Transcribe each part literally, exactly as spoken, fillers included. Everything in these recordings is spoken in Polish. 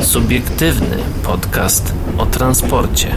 Subiektywny podcast o transporcie.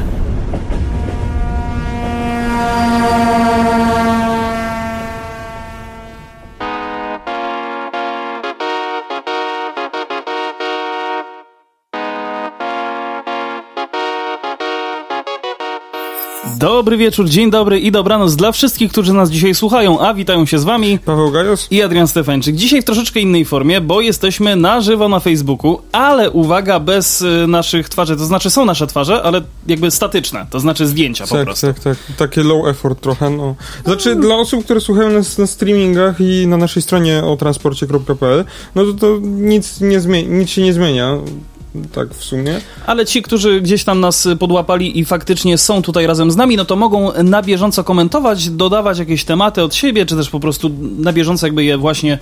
Dobry wieczór, dzień dobry i dobranoc dla wszystkich, którzy nas dzisiaj słuchają, a witają się z wami Paweł Gajos i Adrian Stefańczyk. Dzisiaj w troszeczkę innej formie, bo jesteśmy na żywo na Facebooku, ale uwaga, bez y, naszych twarzy, to znaczy są nasze twarze, ale jakby statyczne, to znaczy zdjęcia po tak, prostu. Tak, tak, takie low effort trochę, no. Znaczy hmm. dla osób, które słuchają nas na streamingach i na naszej stronie o transporcie kropka p l, no to, to nic, nie zmieni- nic się nie zmienia. Tak w sumie. Ale ci, którzy gdzieś tam nas podłapali i faktycznie są tutaj razem z nami, no to mogą na bieżąco komentować, dodawać jakieś tematy od siebie, czy też po prostu na bieżąco jakby je właśnie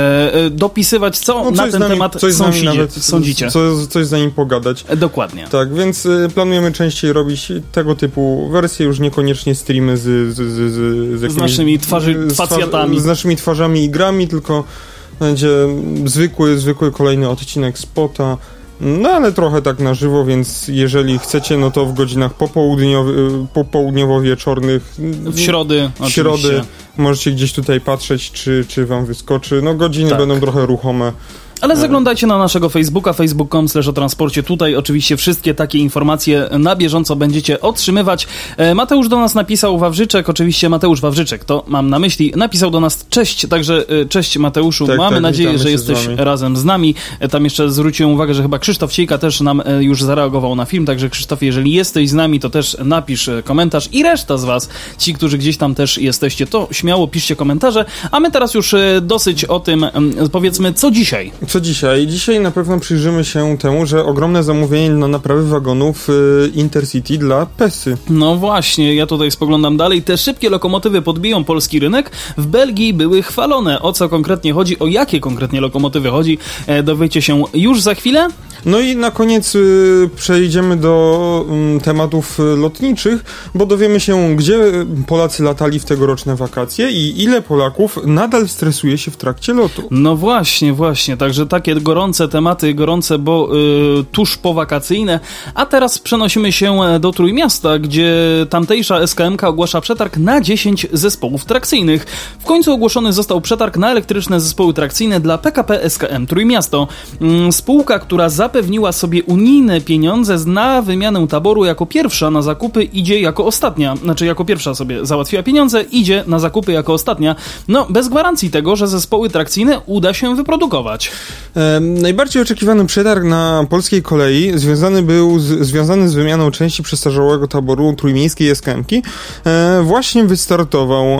e, dopisywać, co no, na ten nami, temat coś sąsidzie, nawet, sądzicie. Co, coś za nim pogadać. Dokładnie. Tak, więc y, planujemy częściej robić tego typu wersje, już niekoniecznie streamy z, z, z, z, z, jakimiś, z naszymi twarzy, facjatami. Z, z naszymi twarzami i grami, tylko będzie zwykły, zwykły kolejny odcinek spota. No ale trochę tak na żywo, więc jeżeli chcecie, no to w godzinach popołudniowo- popołudniowo-wieczornych w środy w środy możecie gdzieś tutaj patrzeć, czy, czy wam wyskoczy. No godziny tak. będą trochę ruchome. Ale zaglądajcie na naszego Facebooka, facebook kropka com slash o transporcie. Tutaj oczywiście wszystkie takie informacje na bieżąco będziecie otrzymywać. Mateusz do nas napisał, Wawrzyczek, oczywiście Mateusz Wawrzyczek, to mam na myśli, napisał do nas cześć, także cześć Mateuszu, tak, mamy tak, nadzieję, że jesteś z razem z nami. Tam jeszcze zwróciłem uwagę, że chyba Krzysztof Ciejka też nam już zareagował na film, także Krzysztofie, jeżeli jesteś z nami, to też napisz komentarz i reszta z was, ci, którzy gdzieś tam też jesteście, to śmiało piszcie komentarze, a my teraz już dosyć o tym, powiedzmy, co dzisiaj. Co dzisiaj? Dzisiaj na pewno przyjrzymy się temu, że ogromne zamówienie na naprawy wagonów y, Intercity dla Pesy. No właśnie, ja tutaj spoglądam dalej. Te szybkie lokomotywy podbiją polski rynek. W Belgii były chwalone. O co konkretnie chodzi, o jakie konkretnie lokomotywy chodzi, e, dowiecie się już za chwilę. No i na koniec y, przejdziemy do y, tematów lotniczych, bo dowiemy się, gdzie Polacy latali w tegoroczne wakacje i ile Polaków nadal stresuje się w trakcie lotu. No właśnie, właśnie, także takie gorące tematy, gorące, bo y, tuż powakacyjne. A teraz przenosimy się do Trójmiasta, gdzie tamtejsza S K M ka ogłasza przetarg na dziesięć zespołów trakcyjnych. W końcu ogłoszony został przetarg na elektryczne zespoły trakcyjne dla P K P S K M Trójmiasto. Y, spółka, która zapewniła sobie unijne pieniądze na wymianę taboru jako pierwsza na zakupy, idzie jako ostatnia. Znaczy jako pierwsza sobie załatwiła pieniądze, idzie na zakupy jako ostatnia. No, bez gwarancji tego, że zespoły trakcyjne uda się wyprodukować. E, najbardziej oczekiwany przetarg na polskiej kolei związany był z, związany z wymianą części przestarzałego taboru trójmiejskiej S K M ki e, właśnie wystartował. E,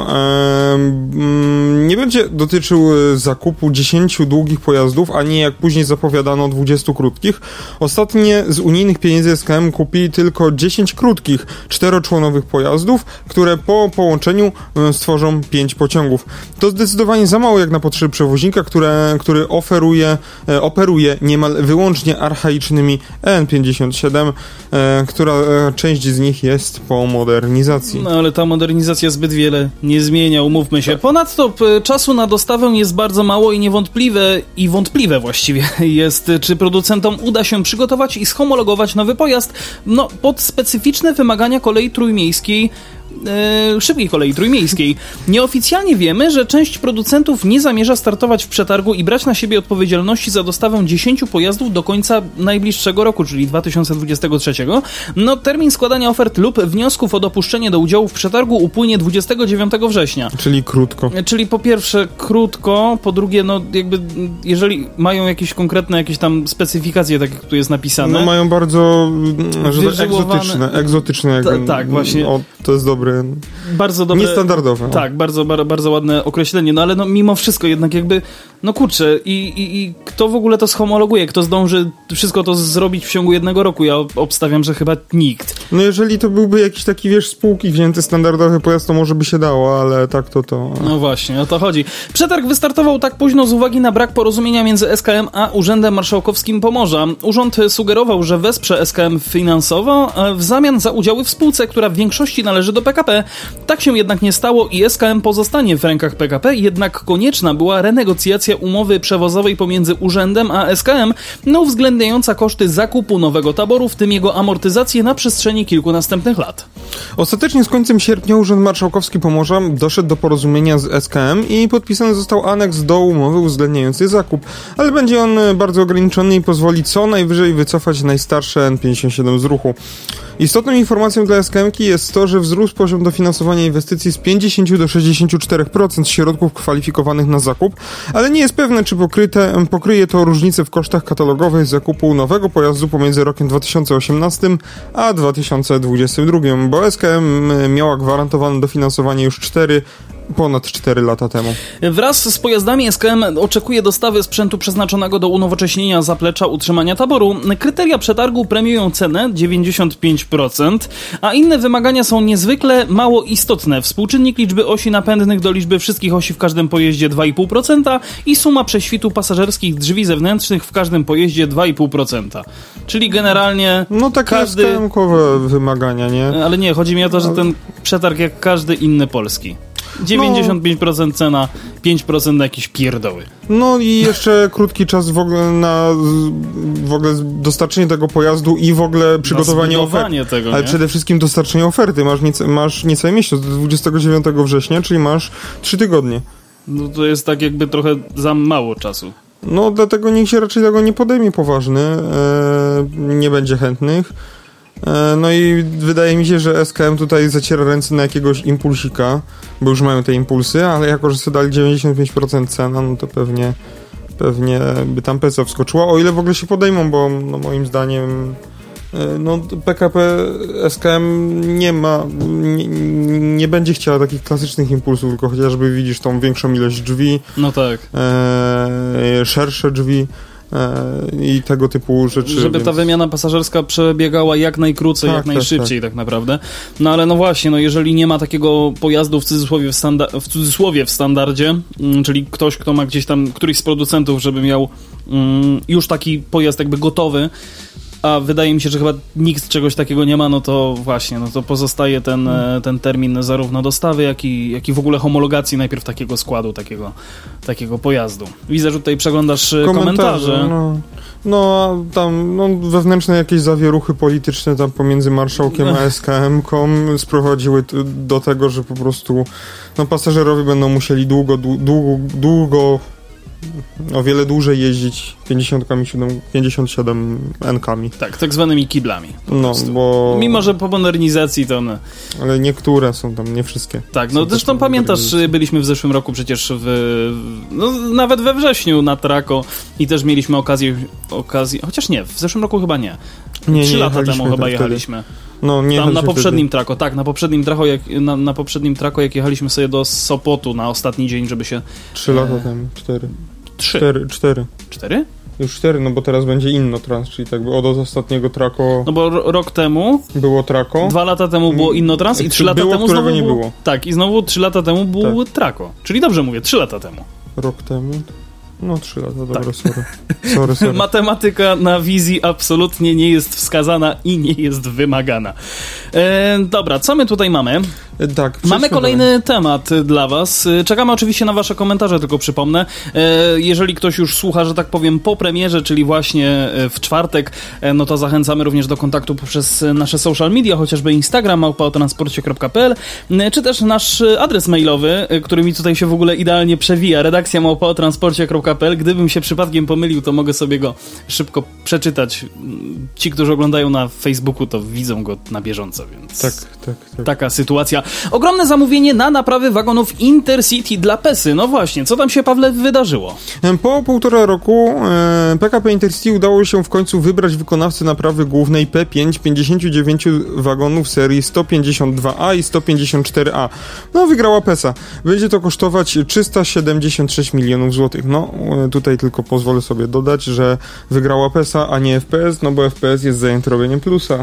m, nie będzie dotyczył zakupu dziesięciu długich pojazdów, a nie jak później zapowiadano dwudziestu krótkich. Ostatnie z unijnych pieniędzy S K M kupi tylko dziesięć krótkich, czteroczłonowych pojazdów, które po połączeniu stworzą pięć pociągów. To zdecydowanie za mało jak na potrzeby przewoźnika, które, który oferuje, e, operuje niemal wyłącznie archaicznymi E N pięćdziesiąt siedem, e, która e, część z nich jest po modernizacji. No ale ta modernizacja zbyt wiele nie zmienia, umówmy się. Ponadto p- czasu na dostawę jest bardzo mało i niewątpliwe, i wątpliwe właściwie jest, czy producentom uda się przygotować i schomologować nowy pojazd, no pod specyficzne wymagania kolei trójmiejskiej, Yy, szybkiej kolei trójmiejskiej. Nieoficjalnie wiemy, że część producentów nie zamierza startować w przetargu i brać na siebie odpowiedzialności za dostawę dziesięciu pojazdów do końca najbliższego roku, czyli dwa tysiące dwudziestego trzeciego. No, termin składania ofert lub wniosków o dopuszczenie do udziału w przetargu upłynie dwudziestego dziewiątego września. Czyli krótko. Czyli po pierwsze krótko, po drugie, no jakby jeżeli mają jakieś konkretne jakieś tam specyfikacje, tak jak tu jest napisane. No mają bardzo że egzotyczne, egzotyczne. Ta, tak, właśnie. O, to jest dobre. Bardzo dobre. Niestandardowe. Tak, bardzo, bardzo, bardzo ładne określenie, no ale no mimo wszystko jednak jakby, no kurczę, i, i, i kto w ogóle to schomologuje? Kto zdąży wszystko to zrobić w ciągu jednego roku? Ja obstawiam, że chyba nikt. No jeżeli to byłby jakiś taki, wiesz, spółki wzięty standardowy pojazd, to może by się dało, ale tak to to... No właśnie, o to chodzi. Przetarg wystartował tak późno z uwagi na brak porozumienia między S K M a Urzędem Marszałkowskim Pomorza. Urząd sugerował, że wesprze S K M finansowo w zamian za udziały w spółce, która w większości należy do P K P. Tak się jednak nie stało i S K M pozostanie w rękach P K P, jednak konieczna była renegocjacja umowy przewozowej pomiędzy urzędem a S K M, no uwzględniająca koszty zakupu nowego taboru, w tym jego amortyzację na przestrzeni kilku następnych lat. Ostatecznie z końcem sierpnia Urząd Marszałkowski Pomorza doszedł do porozumienia z S K M i podpisany został aneks do umowy uwzględniającej zakup, ale będzie on bardzo ograniczony i pozwoli co najwyżej wycofać najstarsze N pięćdziesiąt siedem z ruchu. Istotną informacją dla S K M-ki jest to, że wzrósł poziom dofinansowania inwestycji z pięćdziesiąt do sześćdziesięciu czterech procent środków kwalifikowanych na zakup, ale nie jest pewne, czy pokryte, pokryje to różnicę w kosztach katalogowych zakupu nowego pojazdu pomiędzy rokiem dwa tysiące osiemnastym a dwa tysiące dwudziestym drugim, bo S K M miała gwarantowane dofinansowanie już cztery ponad cztery lata temu. Wraz z pojazdami S K M oczekuje dostawy sprzętu przeznaczonego do unowocześnienia zaplecza utrzymania taboru. Kryteria przetargu premiują cenę dziewięćdziesiąt pięć procent, a inne wymagania są niezwykle mało istotne. Współczynnik liczby osi napędnych do liczby wszystkich osi w każdym pojeździe dwa i pół procent i suma prześwitu pasażerskich drzwi zewnętrznych w każdym pojeździe dwa i pół procent. Czyli generalnie no takie każdy... S K M-kowe wymagania, nie? Ale nie, chodzi mi o to, że ten przetarg jak każdy inny polski. dziewięćdziesiąt pięć procent cena, pięć procent na jakieś pierdoły. No i jeszcze krótki czas w ogóle na w ogóle dostarczenie tego pojazdu i w ogóle przygotowanie oferty. Tego, ale nie? przede wszystkim dostarczenie oferty. Masz, niece, masz niecałe miesiąc, do dwudziestego dziewiątego września, czyli masz trzy tygodnie. No to jest tak jakby trochę za mało czasu. No dlatego nikt się raczej tego nie podejmie poważny. Eee, nie będzie chętnych. No i wydaje mi się, że S K M tutaj zaciera ręce na jakiegoś impulsika, bo już mają te impulsy, ale jako, że sobie dali dziewięćdziesiąt pięć procent cena, no to pewnie pewnie by tam P E S A wskoczyła, o ile w ogóle się podejmą, bo no moim zdaniem no P K P S K M nie ma, nie, nie będzie chciała takich klasycznych impulsów, tylko chociażby widzisz tą większą ilość drzwi, no tak, e, szersze drzwi i tego typu rzeczy. Żeby więc... ta wymiana pasażerska przebiegała jak najkrócej, tak, jak najszybciej tak, tak. tak naprawdę. No ale no właśnie, no jeżeli nie ma takiego pojazdu w cudzysłowie w, standa- w cudzysłowie w standardzie, mm, czyli ktoś, kto ma gdzieś tam, któryś z producentów, żeby miał mm, już taki pojazd jakby gotowy, a wydaje mi się, że chyba nikt czegoś takiego nie ma, no to właśnie, no to pozostaje ten, hmm. ten termin zarówno dostawy, jak i, jak i w ogóle homologacji najpierw takiego składu, takiego, takiego pojazdu. Widzę, że tutaj przeglądasz komentarze. komentarze. No, no tam no, wewnętrzne jakieś zawieruchy polityczne tam pomiędzy marszałkiem a S K M-ką sprowadziły t- do tego, że po prostu no, pasażerowie będą musieli długo, długo, długo o wiele dłużej jeździć pięćdziesiąt siedem N-kami. Tak, tak zwanymi kiblami. No, bo... Mimo, że po modernizacji to one... Ale niektóre są tam, nie wszystkie. Tak, no zresztą pamiętasz, byliśmy w zeszłym roku przecież w... No, nawet we wrześniu na Trako i też mieliśmy okazję, okazję... Chociaż nie, w zeszłym roku chyba nie. nie Trzy nie, lata temu chyba wtedy. jechaliśmy. No, nie Tam na poprzednim wtedy. Trako, tak, na poprzednim Trako, jak, na, na poprzednim Trako, jak jechaliśmy sobie do Sopotu na ostatni dzień, żeby się... Trzy lata e... temu, cztery. Trzy. Cztery, cztery. Cztery? Już cztery, no bo teraz będzie Innotrans, czyli tak od ostatniego Trako... No bo rok temu... Było Trako. Dwa lata temu było Innotrans i trzy lata było, temu znowu nie było... było. Tak, i znowu trzy lata temu był tak. Trako. Czyli dobrze mówię, trzy lata temu. Rok temu... No, trzy lata, dobra, tak. sorry. sorry, sorry. Matematyka na wizji absolutnie nie jest wskazana i nie jest wymagana. E, dobra, co my tutaj mamy? E, tak. Mamy kolejny dalej. temat dla was. Czekamy oczywiście na wasze komentarze, tylko przypomnę. E, jeżeli ktoś już słucha, że tak powiem, po premierze, czyli właśnie w czwartek, e, no to zachęcamy również do kontaktu poprzez nasze social media, chociażby Instagram, małpa o transporcie kropka p l, e, czy też nasz adres mailowy, e, który mi tutaj się w ogóle idealnie przewija, redakcja małpa o transporcie kropka p l. Gdybym się przypadkiem pomylił, to mogę sobie go szybko przeczytać. Ci, którzy oglądają na Facebooku, to widzą go na bieżąco, więc tak, tak, tak. taka sytuacja. Ogromne zamówienie na naprawy wagonów Intercity dla Pesy. No właśnie, co tam się, Pawle, wydarzyło? Po półtora roku e, P K P Intercity udało się w końcu wybrać wykonawcę naprawy głównej P pięć pięćdziesięciu dziewięciu wagonów serii sto pięćdziesiąt dwa A i sto pięćdziesiąt cztery A. No, wygrała Pesa. Będzie to kosztować trzysta siedemdziesiąt sześć milionów złotych. No, tutaj tylko pozwolę sobie dodać, że wygrała Pesa, a nie F P S, no bo F P S jest zajęty robieniem plusa.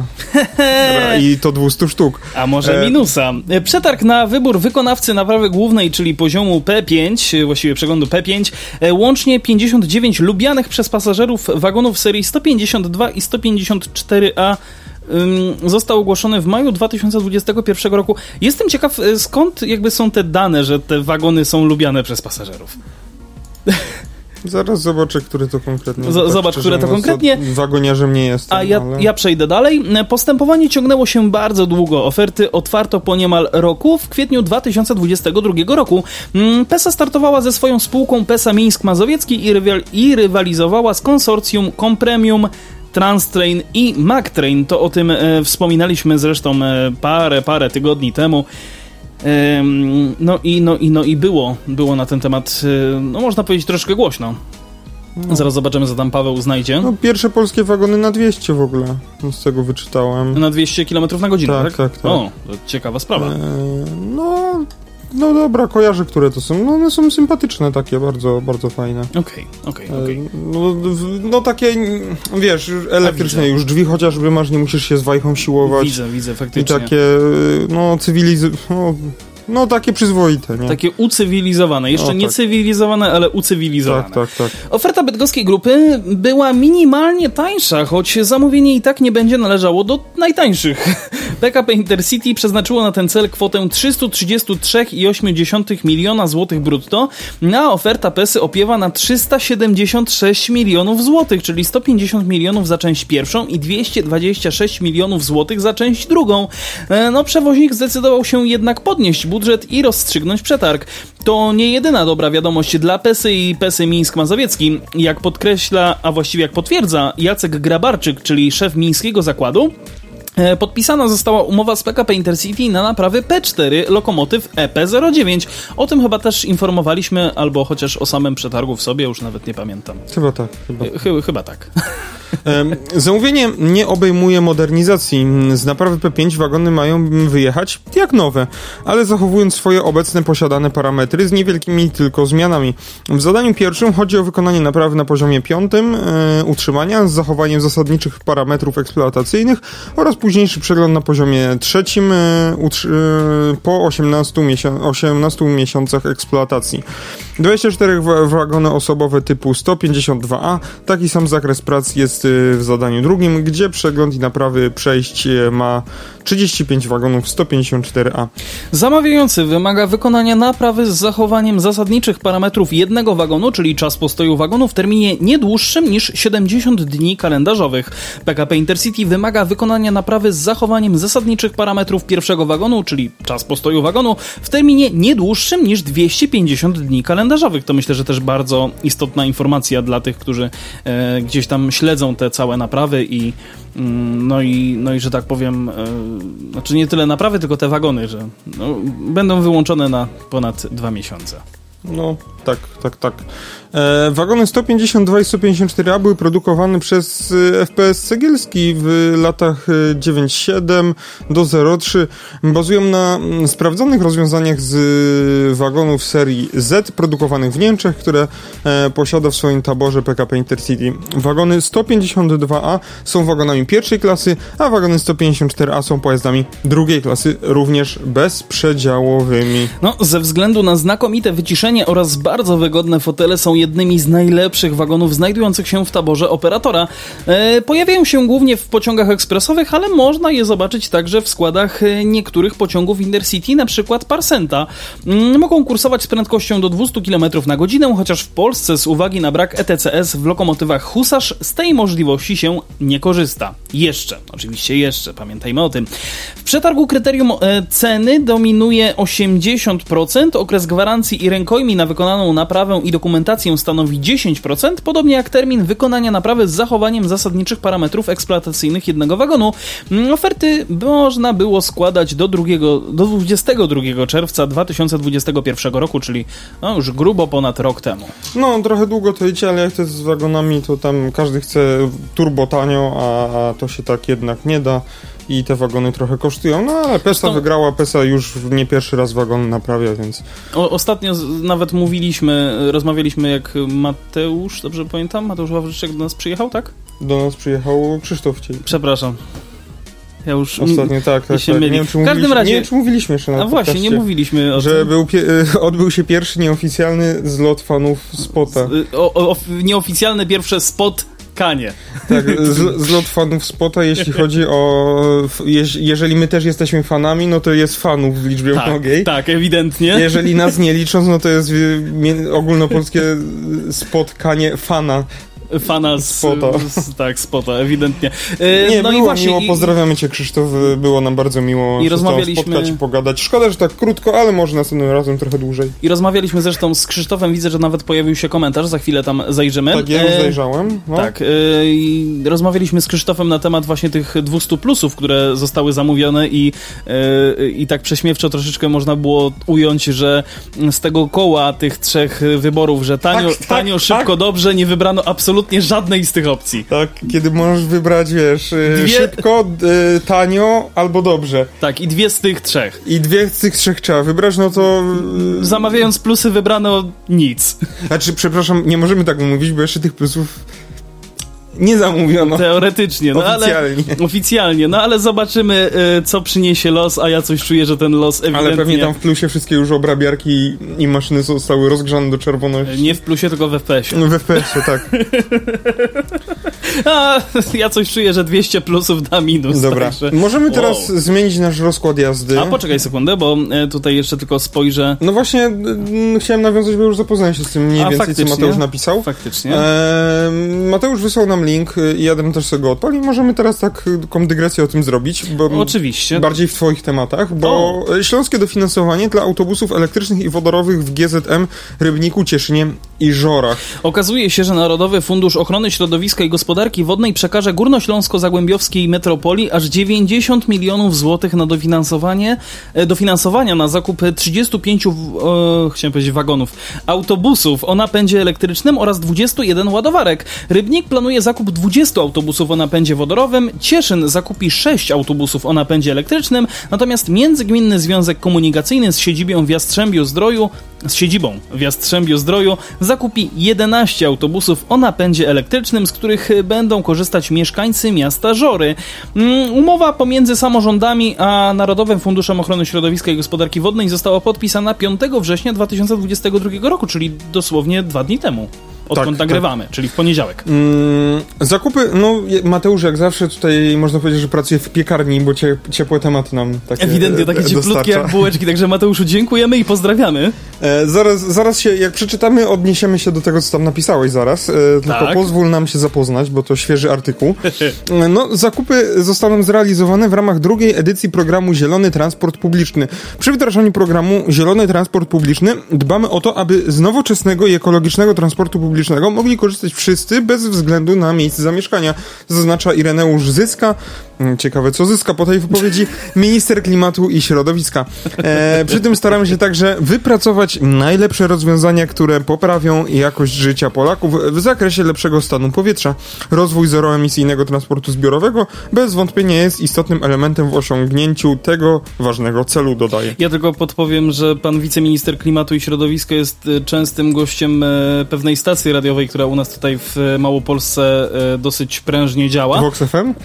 I to dwieście sztuk. A może e... minusa. Przetarg na wybór wykonawcy naprawy głównej, czyli poziomu P pięć, właściwie przeglądu P pięć, łącznie pięćdziesiąt dziewięć lubianych przez pasażerów wagonów serii sto pięćdziesiąt dwa i sto pięćdziesiąt cztery A został ogłoszony w maju dwa tysiące dwudziestego pierwszego roku. Jestem ciekaw, skąd jakby są te dane, że te wagony są lubiane przez pasażerów. Zaraz zobaczę, który to konkretnie. Z- tak zobacz, które to konkretnie. Wagoniarzem nie jestem. A ja, ale... ja przejdę dalej. Postępowanie ciągnęło się bardzo długo. Oferty otwarto po niemal roku. W kwietniu dwa tysiące dwudziestego drugiego roku PESA startowała ze swoją spółką PESA Mińsk Mazowiecki i, rywal- i rywalizowała z konsorcjum Compremium, Transtrain i Magtrain. To o tym e, wspominaliśmy zresztą e, parę, parę tygodni temu. E, no i, no i, no i było, było na ten temat, e, no można powiedzieć, troszkę głośno. No. Zaraz zobaczymy, co tam Paweł znajdzie. No, pierwsze polskie wagony na dwieście w ogóle, z tego wyczytałem. Na dwieście kilometrów na godzinę, tak? Tak, tak, tak. O, to ciekawa sprawa. E, no... No dobra, kojarzę, które to są. No one są sympatyczne takie, bardzo, bardzo fajne. Okej, okej, okej. No, no takie, wiesz, elektryczne już drzwi chociażby masz, nie musisz się z wajchą siłować. Widzę, widzę, faktycznie. I takie, no, cywiliz... No, no takie przyzwoite, nie? Takie ucywilizowane. Jeszcze no, nie tak. cywilizowane, ale ucywilizowane. Tak, tak, tak. Oferta bydgoskiej grupy była minimalnie tańsza, choć zamówienie i tak nie będzie należało do najtańszych. P K P Intercity przeznaczyło na ten cel kwotę trzysta trzydzieści trzy przecinek osiem miliona złotych brutto, a oferta PESY opiewa na trzysta siedemdziesiąt sześć milionów złotych, czyli sto pięćdziesiąt milionów za część pierwszą i dwieście dwadzieścia sześć milionów złotych za część drugą. No, przewoźnik zdecydował się jednak podnieść budżet i rozstrzygnąć przetarg. To nie jedyna dobra wiadomość dla PESY i PESY Mińsk Mazowiecki. Jak podkreśla, a właściwie jak potwierdza Jacek Grabarczyk, czyli szef mińskiego zakładu, podpisana została umowa z P K P Intercity na naprawy P cztery lokomotyw E P zero dziewięć. O tym chyba też informowaliśmy, albo chociaż o samym przetargu w sobie, już nawet nie pamiętam. Chyba tak. Chyba, Ch- chyba tak. Zamówienie nie obejmuje modernizacji. Z naprawy P pięć wagony mają wyjechać jak nowe, ale zachowując swoje obecne posiadane parametry z niewielkimi tylko zmianami. W zadaniu pierwszym chodzi o wykonanie naprawy na poziomie piątym e, utrzymania z zachowaniem zasadniczych parametrów eksploatacyjnych oraz późniejszy przegląd na poziomie trzecim e, utrzy- e, po osiemnastu, miesią- osiemnastu miesiącach eksploatacji. dwadzieścia cztery wa- wagony osobowe typu sto pięćdziesiąt dwa A. Taki sam zakres prac jest w zadaniu drugim, gdzie przegląd i naprawy przejść ma trzydzieści pięć wagonów sto pięćdziesiąt cztery A. Zamawiający wymaga wykonania naprawy z zachowaniem zasadniczych parametrów jednego wagonu, czyli czas postoju wagonu w terminie nie dłuższym niż siedemdziesiąt dni kalendarzowych. P K P Intercity wymaga wykonania naprawy z zachowaniem zasadniczych parametrów pierwszego wagonu, czyli czas postoju wagonu w terminie nie dłuższym niż dwieście pięćdziesiąt dni kalendarzowych. To myślę, że też bardzo istotna informacja dla tych, którzy e, gdzieś tam śledzą te całe naprawy i mm, no i, no i że tak powiem, e, znaczy nie tyle naprawy, tylko te wagony, że no, będą wyłączone na ponad dwa miesiące. No, tak, tak, tak. E, wagony sto pięćdziesiąt dwa i sto pięćdziesiąt cztery A były produkowane przez e, F P S Cegielski w latach e, dziewięćdziesiąt siedem do zero trzy. Bazują na m, sprawdzonych rozwiązaniach z e, wagonów serii Z produkowanych w Niemczech, które e, posiada w swoim taborze P K P Intercity. Wagony sto pięćdziesiąt dwa A są wagonami pierwszej klasy, a wagony sto pięćdziesiąt cztery A są pojazdami drugiej klasy, również bezprzedziałowymi. No, ze względu na znakomite wyciszenie oraz bardzo wygodne fotele są jednymi z najlepszych wagonów znajdujących się w taborze operatora. E, pojawiają się głównie w pociągach ekspresowych, ale można je zobaczyć także w składach niektórych pociągów Intercity, na przykład Parsenta. Mm, mogą kursować z prędkością do dwieście kilometrów na godzinę, chociaż w Polsce z uwagi na brak E T C S w lokomotywach Husarz z tej możliwości się nie korzysta. Jeszcze, oczywiście jeszcze, pamiętajmy o tym. W przetargu kryterium e, ceny dominuje osiemdziesiąt procent, okres gwarancji i rękojmi na wykonaną naprawę i dokumentację stanowi dziesięć procent, podobnie jak termin wykonania naprawy z zachowaniem zasadniczych parametrów eksploatacyjnych jednego wagonu. Oferty można było składać do, drugiego, do dwudziestego drugiego czerwca dwa tysiące dwudziestego pierwszego roku, czyli no, już grubo ponad rok temu. No, trochę długo to idzie, ale jak to jest z wagonami, to tam każdy chce turbo tanio, a, a to się tak jednak nie da. I te wagony trochę kosztują, no ale PESA to... wygrała, PESA już nie pierwszy raz wagon naprawia, więc... O, ostatnio z, nawet mówiliśmy, rozmawialiśmy jak Mateusz, dobrze pamiętam? Mateusz Wawrzyczek do nas przyjechał, tak? Do nas przyjechał Krzysztof Ciej. Przepraszam. Ja już... Ostatnio, tak, tak, tak. Nie wiem, czy w każdym razie... nie wiem, czy mówiliśmy jeszcze na A właśnie, nie mówiliśmy o że tym. Był pie- odbył się pierwszy nieoficjalny zlot fanów Spota. Z, o, o, nieoficjalne pierwsze spot Kanie. Tak, z, zlot fanów spota, jeśli chodzi o... Je, jeżeli my też jesteśmy fanami, no to jest fanów w liczbie tak, mnogiej. Tak, ewidentnie. Jeżeli nas nie licząc, no to jest ogólnopolskie spotkanie fana. Fana z spota. Z, tak, spota, ewidentnie. E, nie, no było i właśnie, miło, i, pozdrawiamy cię, Krzysztof, było nam bardzo miło i się rozmawialiśmy... spotkać, pogadać. Szkoda, że tak krótko, ale może następnym razem trochę dłużej. I rozmawialiśmy zresztą z Krzysztofem, widzę, że nawet pojawił się komentarz, za chwilę tam zajrzymy. Tak, ja już e, zajrzałem. No. Tak, e, i rozmawialiśmy z Krzysztofem na temat właśnie tych dwieście plusów, które zostały zamówione i, e, i tak prześmiewczo troszeczkę można było ująć, że z tego koła tych trzech wyborów, że tanio, tak, tak, tanio szybko, tak. dobrze, nie wybrano absolutnie żadnej z tych opcji. Tak, kiedy możesz wybrać, wiesz, Dwie... szybko, y, tanio albo dobrze. Tak, i dwie z tych trzech. I dwie z tych trzech trzeba wybrać, no to... Y... Zamawiając plusy wybrano nic. Znaczy, przepraszam, nie możemy tak mówić, bo jeszcze tych plusów nie zamówiono. Teoretycznie, no oficjalnie. ale oficjalnie, no ale zobaczymy, y, co przyniesie los, a ja coś czuję, że ten los ewidentnie... Ale pewnie tam w plusie wszystkie już obrabiarki i maszyny zostały rozgrzane do czerwoności. Nie w plusie, tylko w F P S-ie. No w F P S-ie, tak. A ja coś czuję, że dwieście plusów da minus. Dobra, także... możemy teraz wow. zmienić nasz rozkład jazdy. A poczekaj sekundę, bo tutaj jeszcze tylko spojrzę. No właśnie, m, chciałem nawiązać, bo już zapoznałem się z tym mniej A, więcej, faktycznie? co Mateusz napisał. Faktycznie. E, Mateusz wysłał nam link i ja bym też sobie go odpalił. Możemy teraz taką dygresję o tym zrobić. Bo oczywiście. Bardziej w twoich tematach, bo o. śląskie dofinansowanie dla autobusów elektrycznych i wodorowych w G Z M, Rybniku, Cieszynie i Żorach. Okazuje się, że Narodowy Fundusz Ochrony Środowiska i Gospodarki Wodnej przekaże Górnośląsko-Zagłębiowskiej Metropolii aż dziewięćdziesiąt milionów złotych na dofinansowanie, dofinansowania na zakup trzydziestu pięciu, e, chciałem powiedzieć wagonów, autobusów o napędzie elektrycznym oraz dwudziestu jeden ładowarek. Rybnik planuje zakup dwudziestu autobusów o napędzie wodorowym, Cieszyn zakupi sześć autobusów o napędzie elektrycznym, natomiast Międzygminny Związek Komunikacyjny z siedzibą w Jastrzębiu-Zdroju, z siedzibą w Jastrzębiu-Zdroju zakupi jedenaście autobusów o napędzie elektrycznym, z których będą korzystać mieszkańcy miasta Żory. Umowa pomiędzy samorządami a Narodowym Funduszem Ochrony Środowiska i Gospodarki Wodnej została podpisana piątego września dwa tysiące dwudziestego drugiego roku, czyli dosłownie dwa dni temu. Odkąd tak, nagrywamy, tak. Czyli w poniedziałek. Mm, zakupy, no Mateusz jak zawsze tutaj można powiedzieć, że pracuje w piekarni, bo cie, ciepłe tematy nam takie ewidentnie takie cieplutkie jak bułeczki, także Mateuszu dziękujemy i pozdrawiamy. E, zaraz, zaraz się, jak przeczytamy, odniesiemy się do tego, co tam napisałeś zaraz, e, tylko tak. Pozwól nam się zapoznać, bo to świeży artykuł. E, no, zakupy zostaną zrealizowane w ramach drugiej edycji programu Zielony Transport Publiczny. Przy wdrażaniu programu Zielony Transport Publiczny dbamy o to, aby z nowoczesnego i ekologicznego transportu publicznego mogli korzystać wszyscy bez względu na miejsce zamieszkania, zaznacza Ireneusz Zyska. Ciekawe, co zyska po tej wypowiedzi minister klimatu i środowiska. E, przy tym staramy się także wypracować najlepsze rozwiązania, które poprawią jakość życia Polaków w zakresie lepszego stanu powietrza. Rozwój zeroemisyjnego transportu zbiorowego bez wątpienia jest istotnym elementem w osiągnięciu tego ważnego celu, dodaje. Ja tylko podpowiem, że pan wiceminister klimatu i środowiska jest częstym gościem pewnej stacji radiowej, która u nas tutaj w Małopolsce dosyć prężnie działa. Vox F M?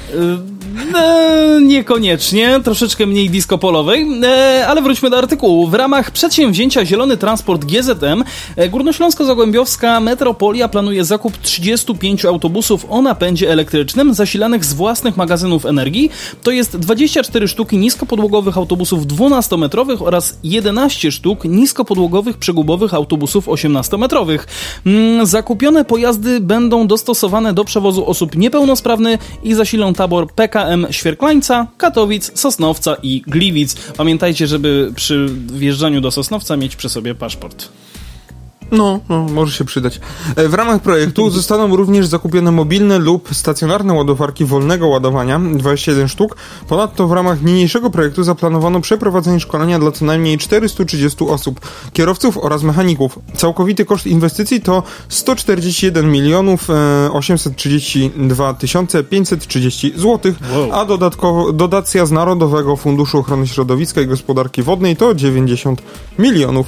E, niekoniecznie, troszeczkę mniej disco-polowej, e, ale wróćmy do artykułu. W ramach przedsięwzięcia Zielony Transport G Z M e, Górnośląsko-Zagłębiowska Metropolia planuje zakup trzydziestu pięciu autobusów o napędzie elektrycznym zasilanych z własnych magazynów energii. To jest dwadzieścia cztery sztuki niskopodłogowych autobusów dwunastometrowych oraz jedenaście sztuk niskopodłogowych przegubowych autobusów osiemnastometrowych. Mm, zakupione pojazdy będą dostosowane do przewozu osób niepełnosprawnych i zasilą tabor P K M Świerklańca, Katowic, Sosnowca i Gliwic. Pamiętajcie, żeby przy wjeżdżaniu do Sosnowca mieć przy sobie paszport. No, no, może się przydać. W ramach projektu zostaną również zakupione mobilne lub stacjonarne ładowarki wolnego ładowania, dwadzieścia jeden sztuk. Ponadto w ramach niniejszego projektu zaplanowano przeprowadzenie szkolenia dla co najmniej czterystu trzydziestu osób, kierowców oraz mechaników. Całkowity koszt inwestycji to sto czterdzieści jeden milionów osiemset trzydzieści dwa tysiące pięćset trzydzieści złotych, wow. A dodatkowo dotacja z Narodowego Funduszu Ochrony Środowiska i Gospodarki Wodnej to dziewięćdziesiąt milionów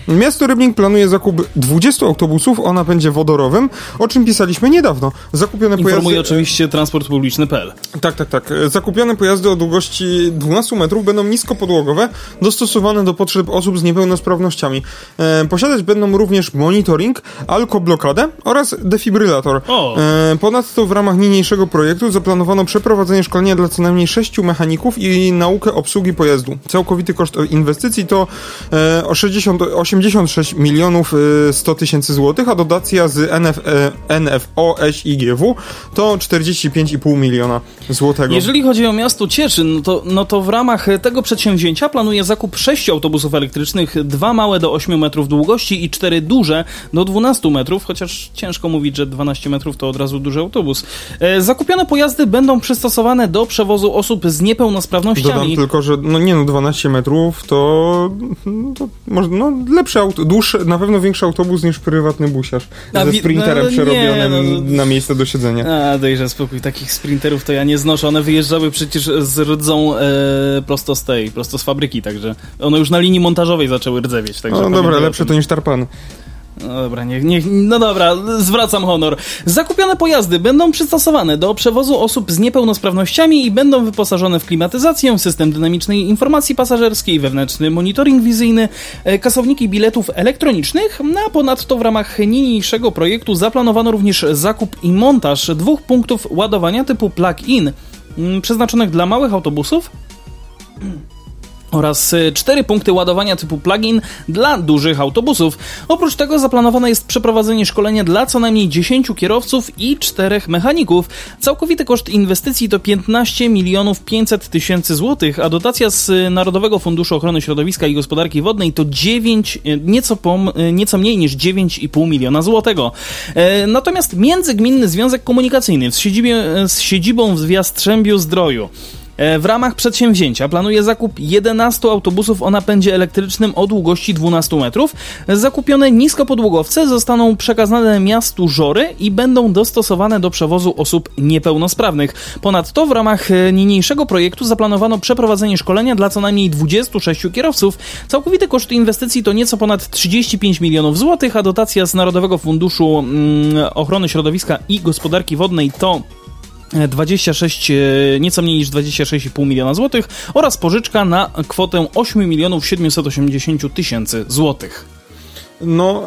Miasto Rybnik planuje zakup dwudziestu autobusów o napędzie wodorowym, o czym pisaliśmy niedawno. Zakupione Informuje pojazdy... oczywiście transport publiczny kropka p l. Tak, tak, tak. Zakupione pojazdy o długości dwunastu metrów będą niskopodłogowe, dostosowane do potrzeb osób z niepełnosprawnościami. E, posiadać będą również monitoring, alkoblokadę oraz defibrylator. O. E, ponadto w ramach niniejszego projektu zaplanowano przeprowadzenie szkolenia dla co najmniej sześciu mechaników i naukę obsługi pojazdu. Całkowity koszt inwestycji to e, o sześćdziesiąt, osiemdziesiąt sześć milionów sto tysięcy złotych, a dotacja z N F, e, N F O S I G W to czterdzieści pięć i pół miliona złotego. Jeżeli chodzi o miasto Cieszyn, no to, no to w ramach tego przedsięwzięcia planuje zakup sześciu autobusów elektrycznych, dwa małe do ośmiu metrów długości i cztery duże do dwunastu metrów, chociaż ciężko mówić, że dwanaście metrów to od razu duży autobus. E, zakupione pojazdy będą przystosowane do przewozu osób z niepełnosprawnościami. Dodam tylko, że no nie no, dwanaście metrów to, to może, no lepszy auto, dłuższy, na pewno większy autobus niż prywatny busiarz A ze wi- sprinterem no, przerobionym nie, no, na miejsce do siedzenia. A, dejże spokój, takich sprinterów to ja nie znoszę. One wyjeżdżały przecież z rdzą e, prosto z tej, prosto z fabryki, także one już na linii montażowej zaczęły rdzewieć. Także No dobra, lepsze to niż tarpany. No dobra, niech, niech, no dobra, zwracam honor. Zakupione pojazdy będą przystosowane do przewozu osób z niepełnosprawnościami i będą wyposażone w klimatyzację, system dynamicznej informacji pasażerskiej, wewnętrzny monitoring wizyjny, kasowniki biletów elektronicznych, no a ponadto w ramach niniejszego projektu zaplanowano również zakup i montaż dwóch punktów ładowania typu plug-in przeznaczonych dla małych autobusów oraz cztery punkty ładowania typu plug-in dla dużych autobusów. Oprócz tego zaplanowane jest przeprowadzenie szkolenia dla co najmniej dziesięciu kierowców i czterech mechaników. Całkowity koszt inwestycji to piętnaście milionów pięćset tysięcy złotych, a dotacja z Narodowego Funduszu Ochrony Środowiska i Gospodarki Wodnej to dziewięć, nieco, pom, nieco mniej niż dziewięć i pół miliona złotego. Natomiast Międzygminny Związek Komunikacyjny z, siedzibie, z siedzibą w Jastrzębiu-Zdroju w ramach przedsięwzięcia planuje zakup jedenastu autobusów o napędzie elektrycznym o długości dwunastu metrów. Zakupione niskopodłogowce zostaną przekazane miastu Żory i będą dostosowane do przewozu osób niepełnosprawnych. Ponadto w ramach niniejszego projektu zaplanowano przeprowadzenie szkolenia dla co najmniej dwudziestu sześciu kierowców. Całkowity koszt inwestycji to nieco ponad trzydzieści pięć milionów złotych, a dotacja z Narodowego Funduszu mm, Ochrony Środowiska i Gospodarki Wodnej to dwadzieścia sześć, nieco mniej niż dwadzieścia sześć i pół miliona złotych oraz pożyczka na kwotę osiem milionów siedemset osiemdziesiąt tysięcy złotych. No,